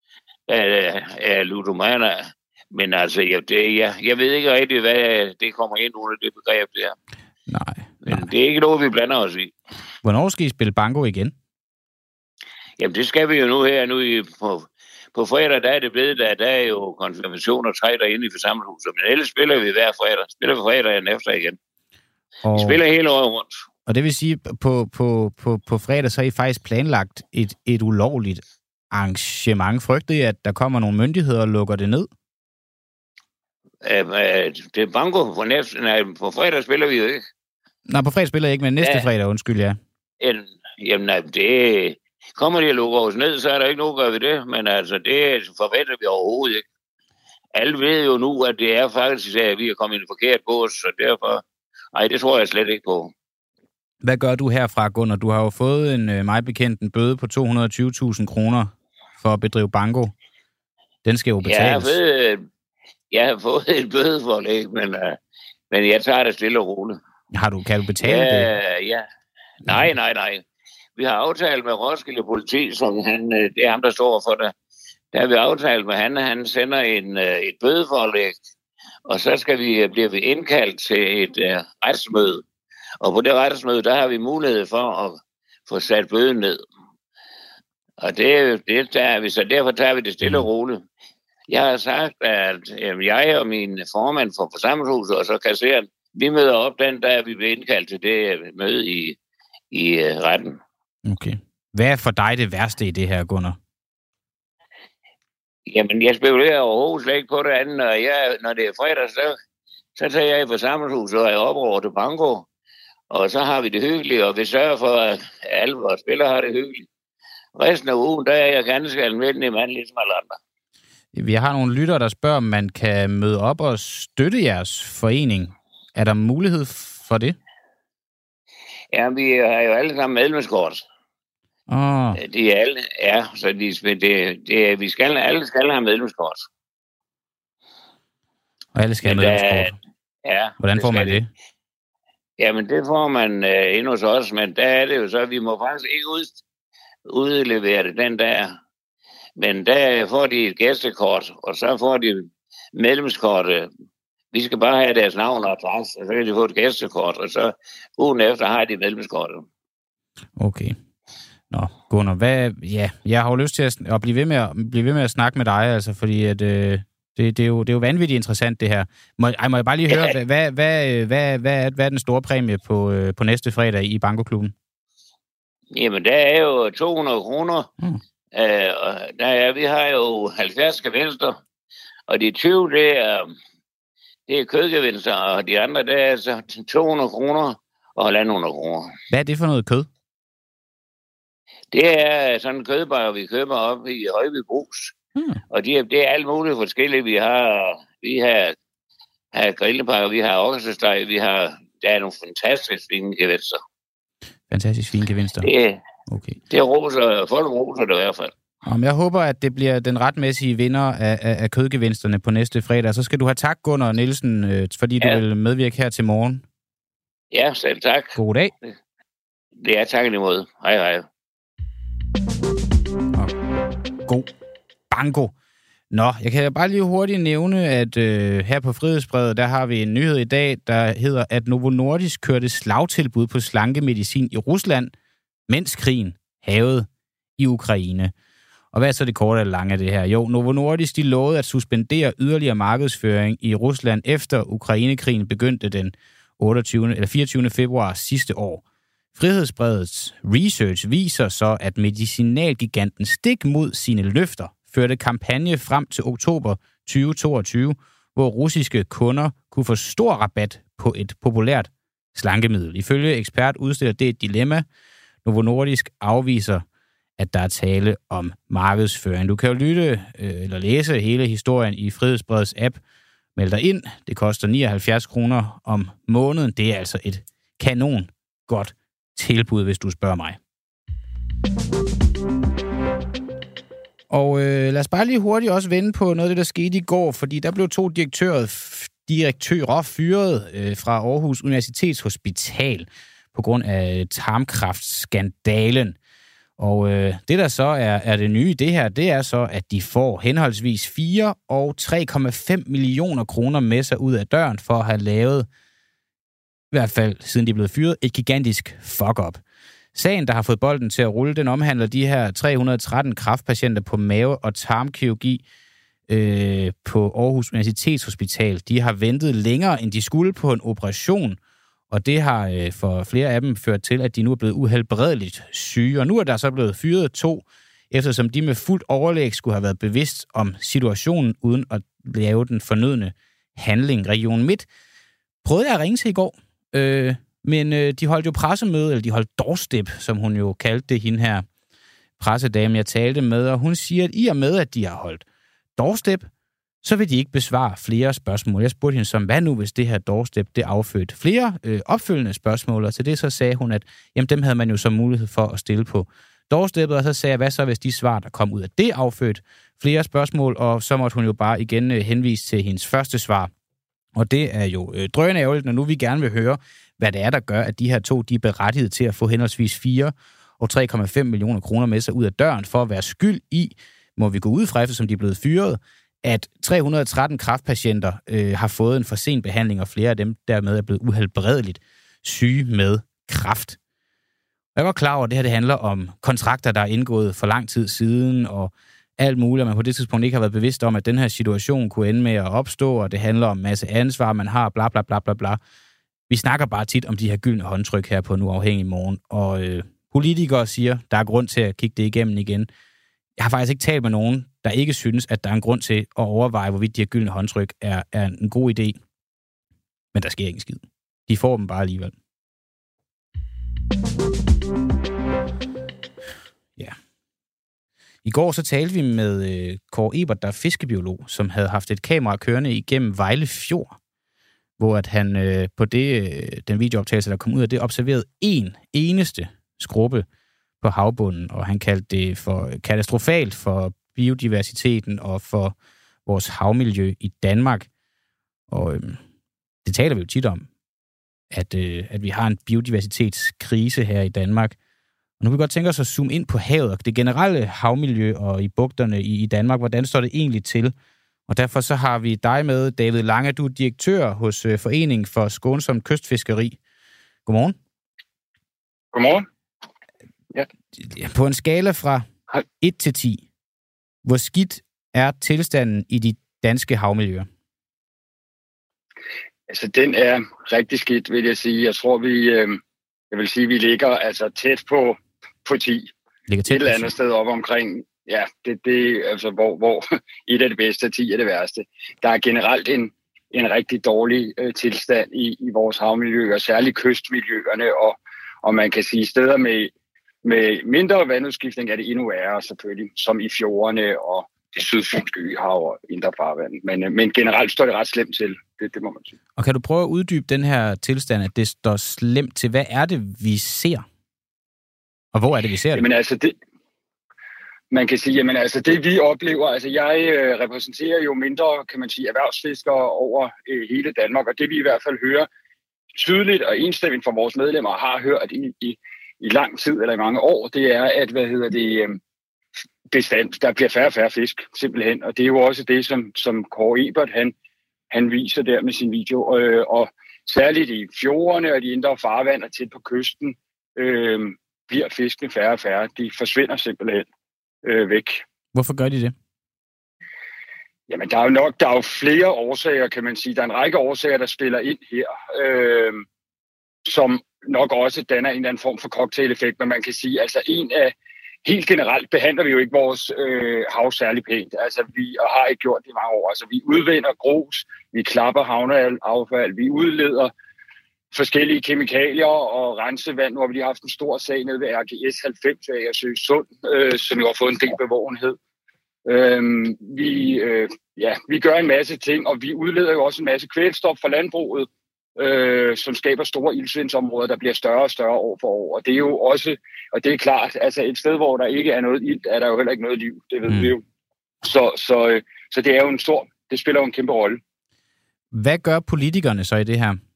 er ludomaner. Men altså, jeg ved ikke rigtig, hvad det kommer ind under det begreb der. Nej. Men det er ikke noget, vi blander os i. Hvornår skal I spille banko igen? Jamen, det skal vi jo nu her. På fredag, der er det blevet, der er jo konfirmation og 3 derinde i forsamlingshuset. Men ellers spiller vi hver fredag. Spiller vi fredagen efter igen. Vi spiller hele året rundt. Og det vil sige, på fredag, så har I faktisk planlagt et ulovligt arrangement. Frygter I, at der kommer nogle myndigheder og lukker det ned? Det er banko på fredag spiller vi jo ikke. Nej, på fredag spiller jeg ikke, men næste fredag, undskyld, ja. Jamen, det kommer de at lukke os ned, så er der ikke noget at gøre ved det, men altså, det forventer vi overhovedet ikke. Alle ved jo nu, at det er faktisk, at vi er kommet i en forkert bås, så derfor, det tror jeg slet ikke på. Hvad gør du herfra, Gunnar? Du har jo fået mig bekendt en bøde på 220.000 kroner for at bedrive banko. Den skal jo betales. Jeg har fået et bødeforlæg, men jeg tager det stille og roligt. Kan du betale det? Ja. Nej. Vi har aftalt med Roskilde Politi, som det er ham, der står for det. Der har vi aftalt med han sender et bødeforlæg, og så bliver vi indkaldt til et retsmøde. Og på det retsmøde, der har vi mulighed for at få sat bøden ned. Og det tager vi, så derfor tager vi det stille og roligt. Jeg har sagt, at jeg og min formand for forsamlingshuset, og så kasseren, vi møder op den, der vi bliver indkaldt til det møde i retten. Okay. Hvad er for dig det værste i det her, Gunnar? Jamen, jeg spekulerer overhovedet slet ikke på det andet. Når det er fredag, så tager jeg i forsamlingshuset og er oppe over til Banco. Og så har vi det hyggeligt, og vi sørger for, at alle vores spillere har det hyggeligt. Resten af ugen, der er jeg ganske almindelig mand, ligesom alle andre. Vi har nogle lyttere, der spørger, om man kan møde op og støtte jeres forening. Er der mulighed for det? Ja, vi har jo alle sammen medlemskort. De er alle, ja, så vi skal, alle skal have medlemskort. Og alle skal have medlemskort? Ja. Hvordan får man det? Jamen, det får man inde hos os, men der er det jo så, at vi må faktisk ikke udlevere det den der. Men der får de et gæstekort, og så får de medlemskort. Vi skal bare have deres navn og adresse, og så kan de få et gæstekort, og så ugen efter har de medlemskortet. Okay. Nå, Gunnar, jeg har jo lyst til at blive ved med at snakke med dig, altså, fordi at, det er jo vanvittigt interessant, det her. Må jeg bare lige høre, hvad er den store præmie på næste fredag i Banko-klubben? Jamen, der er jo 200 kroner. Vi har jo 70 gevinster, og de 20, det er kødgevinster, og de andre, der er så 200 kroner og 1.500 kroner. Hvad er det for noget kød? Det er sådan en kødbakker, vi køber op i Højby Brugs. Og det er alt muligt forskelligt. Vi har grillepakker, vi har oksesteg, der er nogle fantastisk fine gevinster. Fantastisk fine gevinster? Okay. Folk roser det i hvert fald. Jeg håber, at det bliver den retmæssige vinder af kødgevinsterne på næste fredag. Så skal du have tak, Gunnar Nielsen, fordi du vil medvirke her til morgen. Ja, selv tak. God dag. Det er tak imod. Hej, hej. God banko. Nå, jeg kan bare lige hurtigt nævne, at her på Frihedsbrevet, der har vi en nyhed i dag, der hedder, at Novo Nordisk kørte slagtilbud på slankemedicin i Rusland, mens krigen havede i Ukraine. Og hvad er så det korte eller lange af det her? Jo, Novo Nordisk, de lovede at suspendere yderligere markedsføring i Rusland efter Ukrainekrigen begyndte den 24. februar sidste år. Frihedsbrevets research viser så, at medicinalgiganten stik mod sine løfter førte kampagne frem til oktober 2022, hvor russiske kunder kunne få stor rabat på et populært slankemiddel. Ifølge ekspert udstiller det et dilemma. Novo Nordisk afviser, at der er tale om markedsføring. Du kan jo lytte eller læse hele historien i Frihedsbrevets app. Meld dig ind. Det koster 79 kroner om måneden. Det er altså et kanon godt tilbud, hvis du spørger mig. Og lad os bare lige hurtigt også vende på noget af det, der skete i går, fordi der blev 2 direktører fyret fra Aarhus Universitetshospital på grund af tarmkræftskandalen. Og det, der så er det nye i det her, det er så, at de får henholdsvis 4 og 3,5 millioner kroner med sig ud af døren for at have lavet, i hvert fald siden de er blevet fyret, et gigantisk fuck-up. Sagen, der har fået bolden til at rulle, den omhandler de her 313 kræftpatienter på mave- og tarmkirurgi på Aarhus Universitetshospital. De har ventet længere, end de skulle på en operation, og det har for flere af dem ført til, at de nu er blevet uhelbredeligt syge. Og nu er der så blevet fyret 2, eftersom de med fuldt overlæg skulle have været bevidst om situationen, uden at lave den fornødne handling. Region Midt prøvede jeg at ringe til i går, men de holdt jo pressemøde, eller de holdt doorstep, som hun jo kaldte det, hende her pressedame, jeg talte med, og hun siger, at i og med, at de har holdt doorstep, så vil de ikke besvare flere spørgsmål. Jeg spurgte hende som, hvad nu, hvis det her doorstep, det affødte flere opfølgende spørgsmål, og til det så sagde hun, at jamen, dem havde man jo så mulighed for at stille på doorsteppet, og så sagde jeg, hvad så, hvis de svar, der kom ud af det, affødte flere spørgsmål, og så måtte hun jo bare igen henvise til hendes første svar. Og det er jo drønende ærgerligt, når nu vi gerne vil høre, hvad det er, der gør, at de her 2, de er berettiget til at få henholdsvis 4 og 3,5 millioner kroner med sig ud af døren, for at være skyld i, må vi gå ud fra, eftersom de er blevet fyret, at 313 kræftpatienter har fået en for sen behandling, og flere af dem dermed er blevet uhelbredeligt syge med kræft. Jeg er godt klar over, at det her det handler om kontrakter, der er indgået for lang tid siden, og alt muligt, og man på det tidspunkt ikke har været bevidst om, at den her situation kunne ende med at opstå, og det handler om en masse ansvar, man har, bla bla bla bla bla. Vi snakker bare tit om de her gyldne håndtryk her på Nu Afhængig Morgen, og Politikere siger, der er grund til at kigge det igennem igen. Jeg har faktisk ikke talt med nogen, der ikke synes, at der er en grund til at overveje, hvorvidt de her gyldne håndtryk er en god idé. Men der sker ikke en skid. De får dem bare alligevel. Ja. I går så talte vi med Kåre Ebert, der er fiskebiolog, som havde haft et kamera kørende igennem Vejle Fjord, hvor at han på den videooptagelse, der kom ud af det, observerede en eneste skrubbe på havbunden, og han kaldte det for katastrofalt for biodiversiteten og for vores havmiljø i Danmark. Og det taler vi jo tit om, at vi har en biodiversitetskrise her i Danmark. Og nu vil vi godt tænke os at zoome ind på havet og det generelle havmiljø og i bugterne i Danmark. Hvordan står det egentlig til? Og derfor så har vi dig med, David Lange. Du er direktør hos Foreningen for Skånsomt Kystfiskeri. Godmorgen. Godmorgen. Ja. På en skala fra 1 til 10, hvor skidt er tilstanden i de danske havmiljøer? Altså, den er rigtig skidt, vil jeg sige. Jeg tror, vi ligger altså tæt på 10. Et eller andet sted op omkring, ja, det altså, hvor 1 er det bedste, 10 er det værste. Der er generelt en rigtig dårlig tilstand i vores havmiljøer, særligt kystmiljøerne, og man kan sige, steder med mindre vandudskiftning er det endnu værre, selvfølgelig, som i fjordene og det sydfynske øhav og indre farvand. Men generelt står det ret slemt til, det må man sige. Og kan du prøve at uddybe den her tilstand, at det står slemt til? Hvad er det, vi ser? Og hvor er det, vi ser det? Jamen altså, man kan sige, jamen altså det vi oplever, altså jeg repræsenterer jo mindre, kan man sige, erhvervsfiskere over hele Danmark, og det vi i hvert fald hører tydeligt og enstemmigt fra vores medlemmer har hørt i lang tid eller i mange år, det er, at der bliver færre og færre fisk, simpelthen. Og det er jo også det, som Kåre Ebert, han viser der med sin video. Og særligt i fjordene og de indre farvand og tæt på kysten, bliver fiskene færre og færre. De forsvinder simpelthen væk. Hvorfor gør de det? Jamen, der er jo flere årsager, kan man sige. Der er en række årsager, der spiller ind her, som nok også danner en eller anden form for cocktail-effekt, men man kan sige, altså helt generelt behandler vi jo ikke vores hav særlig pænt. Altså vi har ikke gjort det i mange år. Altså vi udvinder grus, vi klapper havneaffald, vi udleder forskellige kemikalier og rensevand. Nu har vi lige haft en stor sag nede ved RGS 90 af Agersø Sund, som jo har fået en del bevågenhed. Vi gør en masse ting, og vi udleder jo også en masse kvælstof fra landbruget, som skaber store iltsvindsområder, der bliver større og større år for år. Og det er jo også, og det er klart, altså et sted, hvor der ikke er noget ilt, er der jo heller ikke noget liv, det ved vi jo. Så det er jo det spiller jo en kæmpe rolle. Hvad gør politikerne så i det her?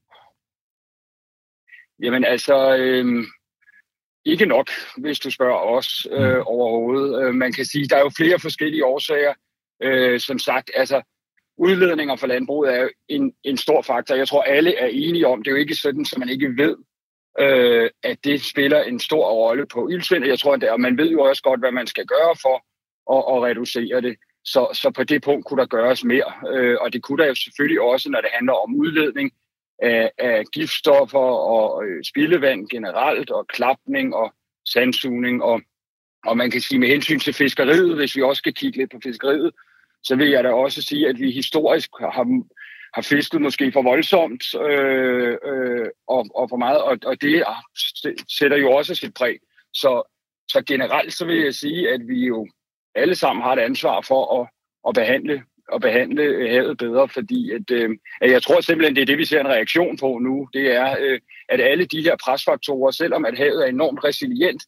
Jamen altså, ikke nok, hvis du spørger os overhovedet. Man kan sige, der er jo flere forskellige årsager. Som sagt, altså udledninger fra landbruget er jo en stor faktor. Jeg tror, alle er enige om, det er jo ikke sådan, så man ikke ved, at det spiller en stor rolle på iltsvind. Jeg tror, at man ved jo også godt, hvad man skal gøre for at reducere det. Så på det punkt kunne der gøres mere. Og det kunne der jo selvfølgelig også, når det handler om udledning af giftstoffer og spildevand generelt, og klapning og sandsugning. Og man kan sige med hensyn til fiskeriet, hvis vi også skal kigge lidt på fiskeriet, så vil jeg da også sige, at vi historisk har fisket måske for voldsomt og for meget, og det sætter jo også sit præg. Så generelt så vil jeg sige, at vi jo alle sammen har et ansvar for at behandle havet bedre, fordi at jeg tror simpelthen, det er det, vi ser en reaktion på nu. Det er, at alle de her presfaktorer, selvom at havet er enormt resilient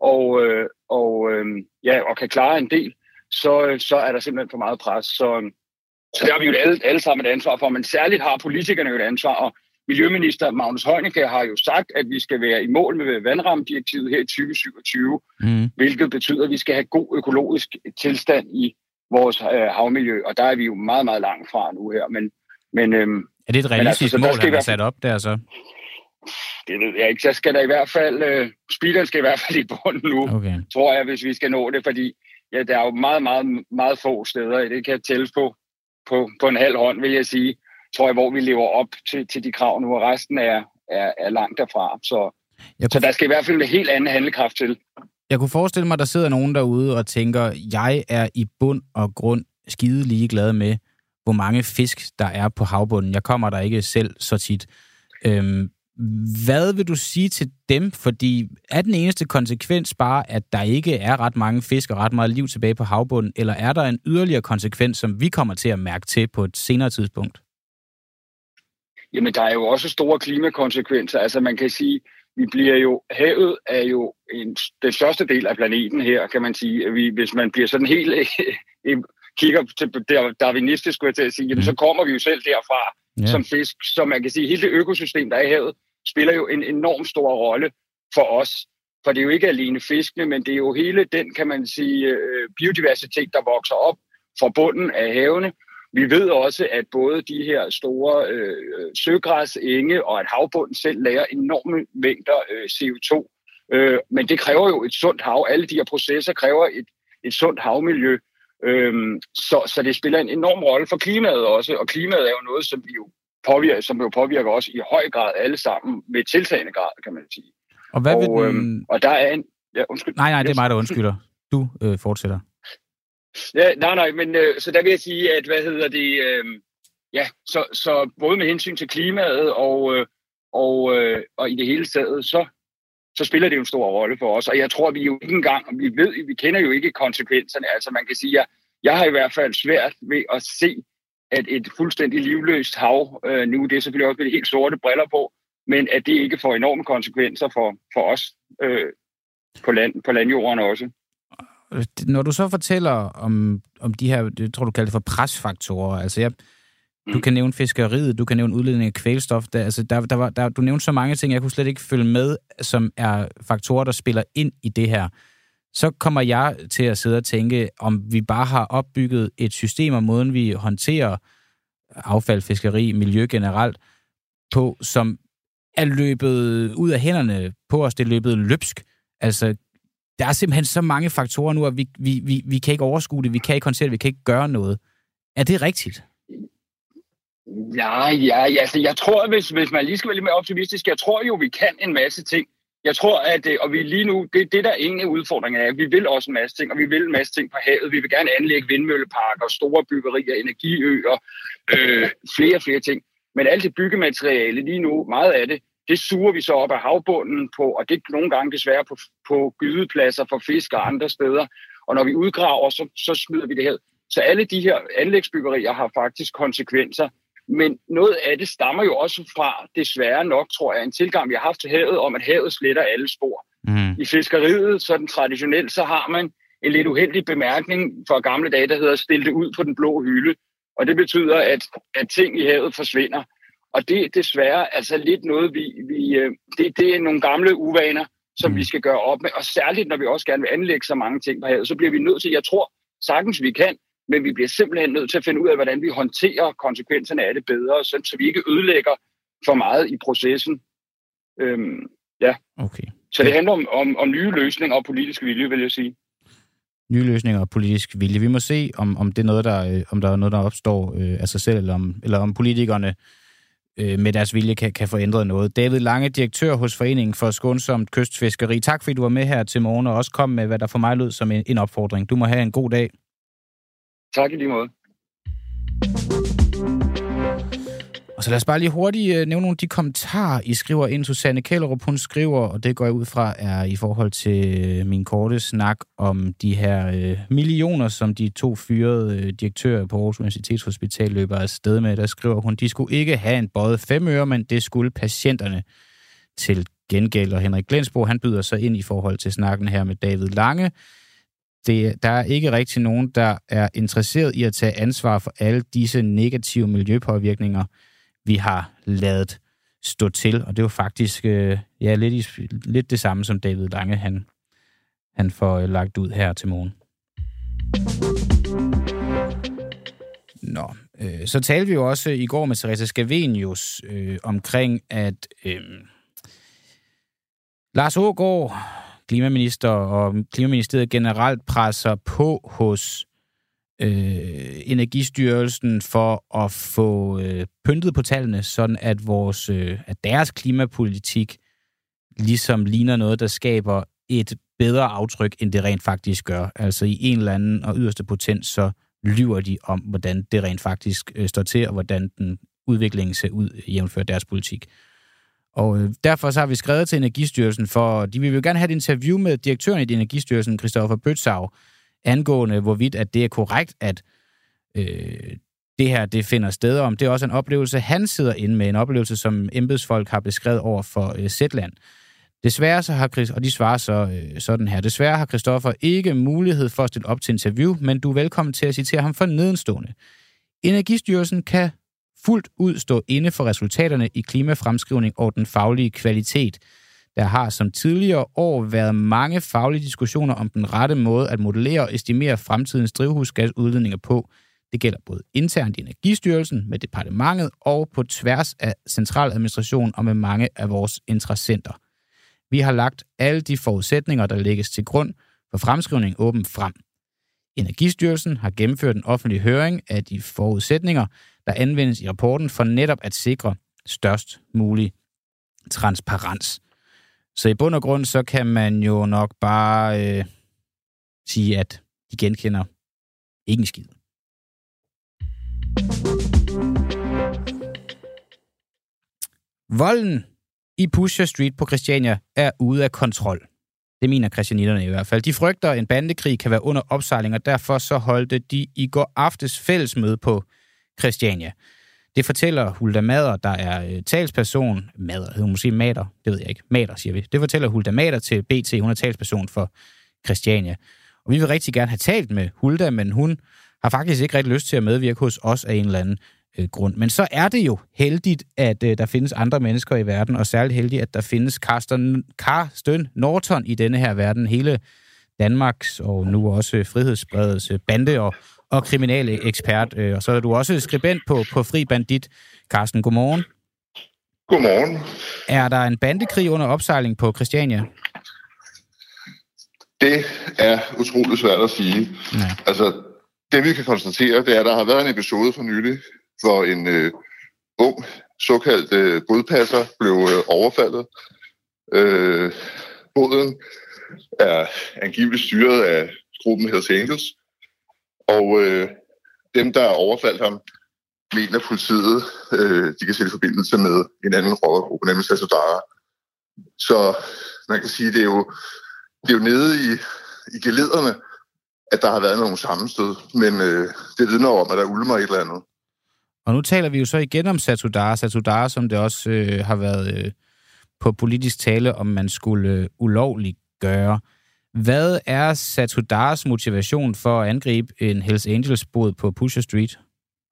og kan klare en del, så er der simpelthen for meget pres. Så der har vi jo alle sammen et ansvar for, men særligt har politikerne jo et ansvar, og Miljøminister Magnus Heunicke har jo sagt, at vi skal være i mål med vandrammedirektivet her i 2027, hvilket betyder, at vi skal have god økologisk tilstand i vores havmiljø, og der er vi jo meget, meget langt fra nu her. Men er det et realistisk mål, han har sat op der så? Det ved jeg ikke. Så skal der i hvert fald, speederen skal i hvert fald i bunden nu, tror jeg, hvis vi skal nå det, fordi ja, der er jo meget, meget, meget få steder, det kan tælles på en halv hånd, vil jeg sige, tror jeg, hvor vi lever op til de krav nu, og resten er langt derfra. Så der skal i hvert fald en helt anden handlekraft til. Jeg kunne forestille mig, at der sidder nogen derude og tænker, jeg er i bund og grund skide ligeglad med, hvor mange fisk der er på havbunden. Jeg kommer der ikke selv så tit. Hvad vil du sige til dem? Fordi er den eneste konsekvens bare, at der ikke er ret mange fisk og ret meget liv tilbage på havbunden, eller er der en yderligere konsekvens, som vi kommer til at mærke til på et senere tidspunkt? Jamen, der er jo også store klimakonsekvenser. Altså, man kan sige, havet er jo den største del af planeten her, kan man sige. Hvis man bliver sådan helt kigger til darwinistisk, skulle jeg til at sige, jamen, så kommer vi jo selv derfra som fisk. Så man kan sige, hele det økosystem, der er i havet, spiller jo en enorm stor rolle for os. For det er jo ikke alene fiskene, men det er jo hele den, kan man sige, biodiversitet, der vokser op fra bunden af havene. Vi ved også, at både de her store søgræsenge og at havbunden selv lagrer enorme mængder CO2. Men det kræver jo et sundt hav. Alle de her processer kræver et sundt havmiljø. Så det spiller en enorm rolle for klimaet også. Og klimaet er jo noget, som påvirker os i høj grad alle sammen med tiltagende grad, kan man sige. Og hvad vil og der er en... Ja, undskyld. Nej, det er mig, der undskylder. Du fortsætter. Ja, nej, men så der vil jeg sige, at så både med hensyn til klimaet og i det hele taget, så spiller det jo en stor rolle for os. Og jeg tror, vi jo ikke engang, vi kender jo ikke konsekvenserne. Altså man kan sige, at jeg har i hvert fald svært ved at se, at et fuldstændig livløst hav, nu det er selvfølgelig også med de helt sorte briller på, men at det ikke får enorme konsekvenser for os på landjorden også. Når du så fortæller om de her, jeg tror du kalder det for presfaktorer, altså du kan nævne fiskeriet, du kan nævne udledning af kvælstof, du nævnte så mange ting, jeg kunne slet ikke følge med, som er faktorer, der spiller ind i det her. Så kommer jeg til at sidde og tænke, om vi bare har opbygget et system om måden, vi håndterer affald, fiskeri, miljø generelt på, som er løbet ud af hænderne på os, det er løbet løbsk. Altså, der er simpelthen så mange faktorer nu, at vi kan ikke overskue det, vi kan ikke håndtere det, vi kan ikke gøre noget. Er det rigtigt? Ja, altså jeg tror, hvis man lige skal være lidt mere optimistisk, jeg tror jo, vi kan en masse ting. Jeg tror, og vi lige nu, det der ingen udfordring er, vi vil også en masse ting, og vi vil en masse ting på havet. Vi vil gerne anlægge vindmølleparker, store byggerier, energiøer, flere ting. Men alt det byggemateriale lige nu, meget af det suger vi så op af havbunden på, og det er nogle gange desværre på gydepladser for fisk og andre steder. Og når vi udgraver, så smider vi det her. Så alle de her anlægsbyggerier har faktisk konsekvenser. Men noget af det stammer jo også fra, desværre nok, tror jeg, en tilgang, vi har haft til havet, om at havet sletter alle spor. I fiskeriet, sådan traditionelt, så har man en lidt uheldig bemærkning fra gamle dage, der hedder stille det ud på den blå hylde. Og det betyder, at ting i havet forsvinder. Og det er desværre altså lidt noget, det er nogle gamle uvaner, som vi skal gøre op med. Og særligt, når vi også gerne vil anlægge så mange ting på havet, så bliver vi nødt til, jeg tror sagtens vi kan, men vi bliver simpelthen nødt til at finde ud af, hvordan vi håndterer konsekvenserne af det bedre, så vi ikke ødelægger for meget i processen. Okay. Så det handler om nye løsninger og politisk vilje, vil jeg sige. Nye løsninger og politisk vilje. Vi må se, om det er noget, om der er noget, der opstår af sig selv, eller om politikerne med deres vilje kan få ændret noget. David Lange, direktør hos Foreningen for Skånsomt Kystfiskeri. Tak fordi du var med her til morgen, og også kom med, hvad der for mig lød som en opfordring. Du må have en god dag. Tak i lige måde. Og så lad os bare lige hurtigt nævne nogle af de kommentarer, I skriver ind. Susanne Kjellerup, hun skriver, og det går jeg ud fra, er i forhold til min korte snak om de her millioner, som de 2 fyrede direktører på Aarhus Universitetshospital løber afsted med. Der skriver hun, de skulle ikke have en bøjet 5 øre, men det skulle patienterne til gengæld. Og Henrik Glensbo, han byder sig ind i forhold til snakken her med David Lange. Der er ikke rigtig nogen, der er interesseret i at tage ansvar for alle disse negative miljøpåvirkninger, vi har ladet stå til. Og det var faktisk lidt det samme, som David Lange han får lagt ud her til morgen. Så talte vi jo også i går med Theresa Scavenius omkring, at Lars Aagaard, klimaminister og Klimaministeriet generelt presser på hos Energistyrelsen for at få pyntet på tallene, sådan at deres klimapolitik ligesom ligner noget, der skaber et bedre aftryk, end det rent faktisk gør. Altså i en eller anden og yderste potens, så lyver de om, hvordan det rent faktisk står til, og hvordan den udviklingen ser ud, jævnført deres politik. Og derfor så har vi skrevet til Energistyrelsen, for de vil jo gerne have et interview med direktøren i Energistyrelsen, Christoffer Bøtzau, angående hvorvidt, at det er korrekt, at det her, det finder sted om. Det er også en oplevelse, han sidder inde med, en oplevelse, som embedsfolk har beskrevet over for Zetland. Desværre så har og de svarer så sådan her. Desværre har Christoffer ikke mulighed for at stille op til interview, men du er velkommen til at citere ham for nedenstående. Energistyrelsen kan fuldt ud stå inde for resultaterne i klimafremskrivning og den faglige kvalitet. Der har som tidligere år været mange faglige diskussioner om den rette måde at modellere og estimere fremtidens drivhusgasudledninger på. Det gælder både internt i Energistyrelsen, med departementet og på tværs af centraladministration og med mange af vores interessenter. Vi har lagt alle de forudsætninger, der lægges til grund for fremskrivning åbent frem. Energistyrelsen har gennemført en offentlig høring af de forudsætninger, der anvendes i rapporten for netop at sikre størst mulig transparens. Så i bund og grund, så kan man jo nok bare sige, at de genkender ikke en skid. Volden i Pusher Street på Christiania er ude af kontrol. Det mener christianitterne i hvert fald. De frygter, at en bandekrig kan være under opsejling, og derfor så holdte de i går aftes fællesmøde på Christiania. Det fortæller Hulda Mader, der er talsperson. Mader, hedder hun måske Mader? Det ved jeg ikke. Mader, siger vi. Det fortæller Hulda Mader til BT. Hun er talsperson for Christiania. Og vi vil rigtig gerne have talt med Hulda, men hun har faktisk ikke rigtig lyst til at medvirke hos os af en eller anden grund. Men så er det jo heldigt, at der findes andre mennesker i verden, og særligt heldigt, at der findes Karsten Norton i denne her verden. Hele Danmarks og nu også frihedsbredets bande og kriminale ekspert. Og så er du også skribent på Fri Bandit. Karsten, godmorgen. Godmorgen. Er der en bandekrig under opsejling på Christiania? Det er utroligt svært at sige. Ja. Altså, det vi kan konstatere, det er, at der har været en episode for nylig, hvor en ung såkaldt bådpasser blev overfaldet. Båden er angiveligt styret af gruppen Hells Angels, og dem, der overfaldt ham, mener politiet, de kan sætte forbindelse med en anden rockergruppe, nemlig Sasodara. Så man kan sige, det er jo nede i gelederne, at der har været nogle sammenstød, men det vidner om, at der ulmer et eller andet. Og nu taler vi jo så igen om Sasodara, som det også har været på politisk tale, om man skulle ulovligt gøre. Hvad er Satodaras motivation for at angribe en Hells Angels-båd på Pusher Street?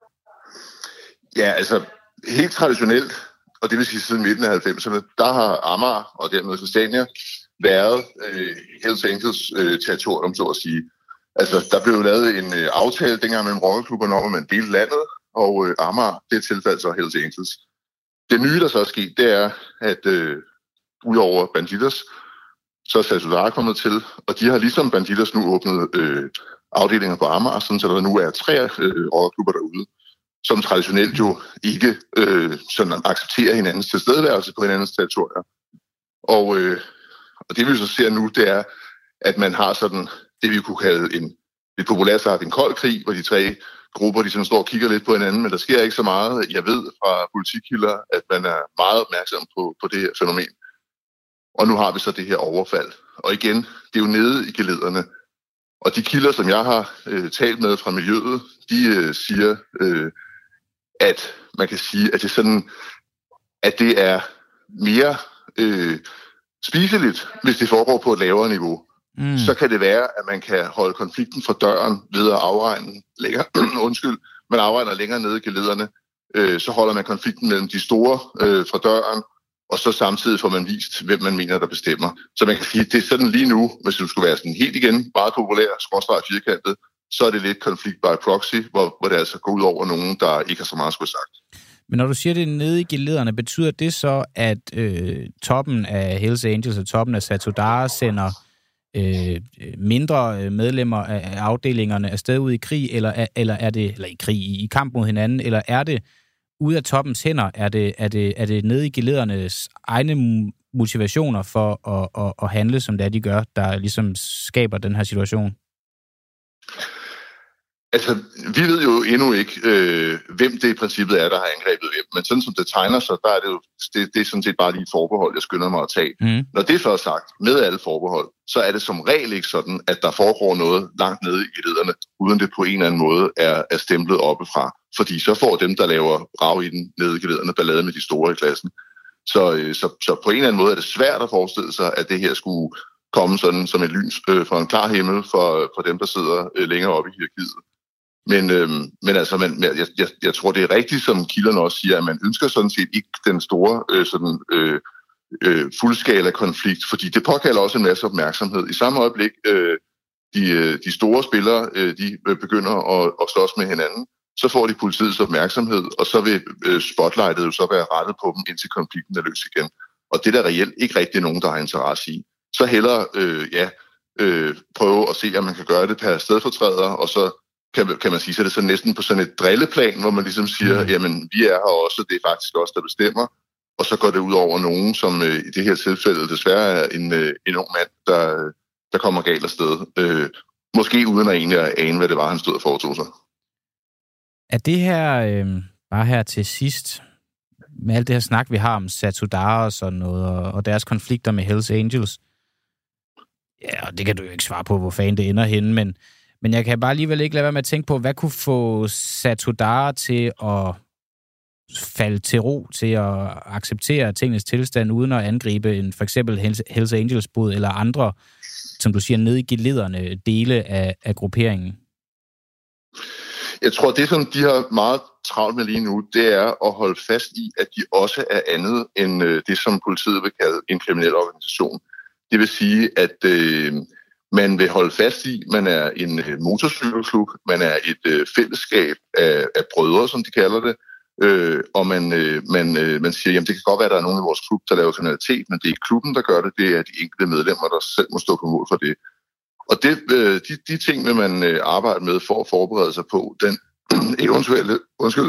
Ja, altså helt traditionelt, og det vil sige siden midten af 90'erne, der har Amager og dermed Christiania været Hells Angels territorium, så at sige. Altså, der blev lavet en aftale dengang mellem rockerklubberne om, at man delte landet, og Amager, det er tilfældet så Hells Angels. Det nye, der så er sket, det er, at udover Bandidos, så er Sasodara kommet til, og de har ligesom Bandidos nu åbnet afdelinger på Amager, sådan så der nu er 3 rockerklubber derude, som traditionelt jo ikke sådan accepterer hinandens tilstedeværelse på hinandens territorier. Og det vi så ser nu, det er, at man har sådan det, vi kunne kalde lidt populært sagt en kold krig, hvor de 3 grupper, de sådan står og kigger lidt på hinanden, men der sker ikke så meget. Jeg ved fra politikkilder, at man er meget opmærksom på det her fænomen. Og nu har vi så det her overfald. Og igen, det er jo nede i gelederne. Og de kilder, som jeg har talt med fra miljøet, de siger, at man kan sige, at det sådan, at det er mere spiseligt, hvis det foregår på et lavere niveau. Så kan det være, at man kan holde konflikten fra døren ved at afregne længere. Man afregner længere nede i gelederne. Så holder man konflikten mellem de store fra døren, og så samtidig får man vist, hvem man mener, der bestemmer. Så man kan sige, at det er sådan lige nu, hvis du skulle være sådan helt igen, meget populær, skråstreg firkantet, så er det lidt konflikt by proxy, hvor det altså går ud over nogen, der ikke har så meget skulle sagt. Men når du siger det nede i gelederne, betyder det så, at toppen af Hells Angels og toppen af Satodaara sender mindre medlemmer af afdelingerne afsted ud i krig, eller er det i krig, i kamp mod hinanden, eller er det ude af toppens hænder, er det nede i geledernes egne motivationer for at handle, som det er, de gør, der ligesom skaber den her situation? Altså, vi ved jo endnu ikke, hvem det i princippet er, der har angrebet hvem. Men sådan som det tegner sig, der er det jo det er sådan set bare lige et forbehold, jeg skynder mig at tage. Når det er først sagt, med alle forbehold, så er det som regel ikke sådan, at der foregår noget langt nede i gelederne, uden det på en eller anden måde er stemplet oppefra. Fordi så får dem, der laver rav i den nede i gelederne, ballade med de store i klassen. Så på en eller anden måde er det svært at forestille sig, at det her skulle komme sådan som et lyn fra en klar himmel for dem, der sidder længere oppe i hierarkiet. Men altså, jeg tror, det er rigtigt, som kilderne også siger, at man ønsker sådan set ikke den store fuldskala konflikt, fordi det påkalder også en masse opmærksomhed. I samme øjeblik, de store spillere, de begynder at slås med hinanden, så får de politiets opmærksomhed, og så vil spotlightet jo så være rettet på dem, indtil konflikten er løs igen. Og det er der reelt ikke rigtig nogen, der har interesse i. Så hellere prøve at se, om man kan gøre det per stedfortræder, og så kan man sige, så er det så næsten på sådan et drilleplan, hvor man ligesom siger, jamen vi er her også, det er faktisk os, der bestemmer, og så går det ud over nogen, som i det her tilfælde desværre er en ung mand, der kommer galt afsted. Måske uden at egentlig ane, hvad det var, han stod og foretog sig. Er det her, bare her til sidst, med alt det her snak, vi har om Satudarah og sådan noget, og deres konflikter med Hells Angels, ja, og det kan du jo ikke svare på, hvor fanden det ender henne, men jeg kan bare alligevel ikke lade være med at tænke på, hvad kunne få Satudarah til at falde til ro, til at acceptere tingens tilstand, uden at angribe for eksempel Hells Angels-bod eller andre, som du siger, nede i gelederne dele af grupperingen? Jeg tror, det som de har meget travlt med lige nu, det er at holde fast i, at de også er andet end det, som politiet vil kalde en kriminel organisation. Det vil sige, at man vil holde fast i, man er en motorcykelklub, man er et fællesskab af brødre, som de kalder det, og man siger, jamen det kan godt være, at der er nogen i vores klub, der laver kriminalitet, men det er ikke klubben, der gør det, det er de enkelte medlemmer, der selv må stå på mål for det. Og de ting vil man arbejde med for at forberede sig på den eventuelle,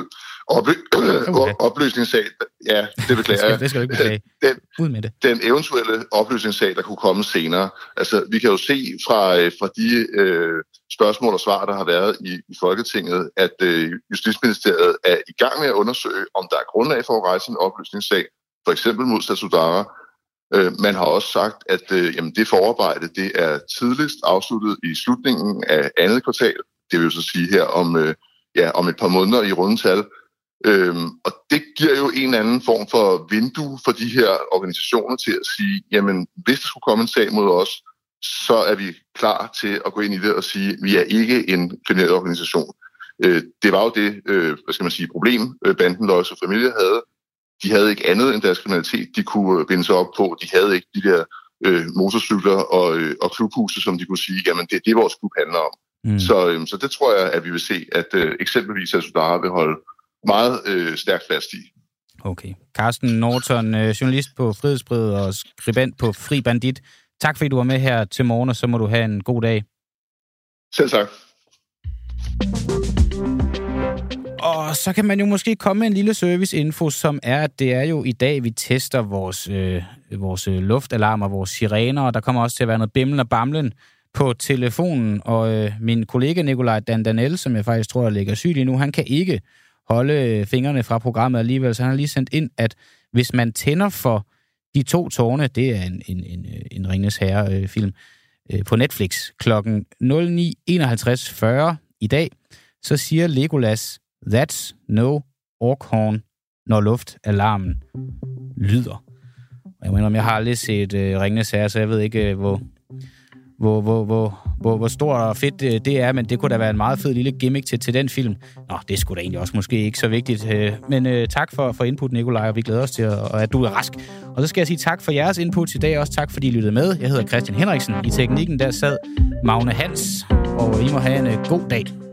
opløsningssag. Ja, det beklager jeg. Det skal du ikke beklage. Ud med det. Den eventuelle opløsningssag, der kunne komme senere. Altså, vi kan jo se fra de spørgsmål og svar, der har været i Folketinget, at Justitsministeriet er i gang med at undersøge, om der er grundlag for at rejse en opløsningssag, for eksempel mod Satudarah. Man har også sagt, at jamen, det forarbejde det er tidligst afsluttet i slutningen af andet kvartal. Det vil jo så sige her om et par måneder i rundetal. Og det giver jo en eller anden form for vindue for de her organisationer til at sige, jamen hvis der skulle komme en sag mod os, så er vi klar til at gå ind i det og sige, at vi er ikke en kriminel organisation. Det var jo det, problem, banden Loyal To Familia havde. De havde ikke andet end deres kriminalitet, de kunne binde sig op på. De havde ikke de der motorcykler og klubhuse, som de kunne sige, jamen det er det, vores klub handler om. Så det tror jeg, at vi vil se, at eksempelvis Satudarah vil holde meget stærkt fast i. Okay. Carsten Norton, journalist på Frihedsbrevet og skribent på Fri Bandit. Tak fordi du var med her til morgen, og så må du have en god dag. Selv tak. Og så kan man jo måske komme med en lille serviceinfo, som er, at det er jo i dag, vi tester vores luftalarmer, vores sirener, og der kommer også til at være noget bimlen og bamlen på telefonen. Og min kollega Nikolaj Dandanel, som jeg faktisk tror, ligger syg lige nu, han kan ikke holde fingrene fra programmet alligevel, så han har lige sendt ind, at hvis man tænder for De To Tårne, det er en Ringenes Herre-film, på Netflix klokken 09:51:40 i dag, så siger Legolas, "That's no orkhorn", når luftalarmen lyder. Jeg mener, jeg har aldrig set Ringenes Herre, så jeg ved ikke, hvor stort og fedt det er, men det kunne da være en meget fed lille gimmick til den film. Nå, det er sgu da egentlig også måske ikke så vigtigt. Men tak for input, Nikolaj, og vi glæder os til, at du er rask. Og så skal jeg sige tak for jeres input i dag, også tak fordi I lyttede med. Jeg hedder Christian Henriksen. I teknikken der sad Magne Hans, og I må have en god dag.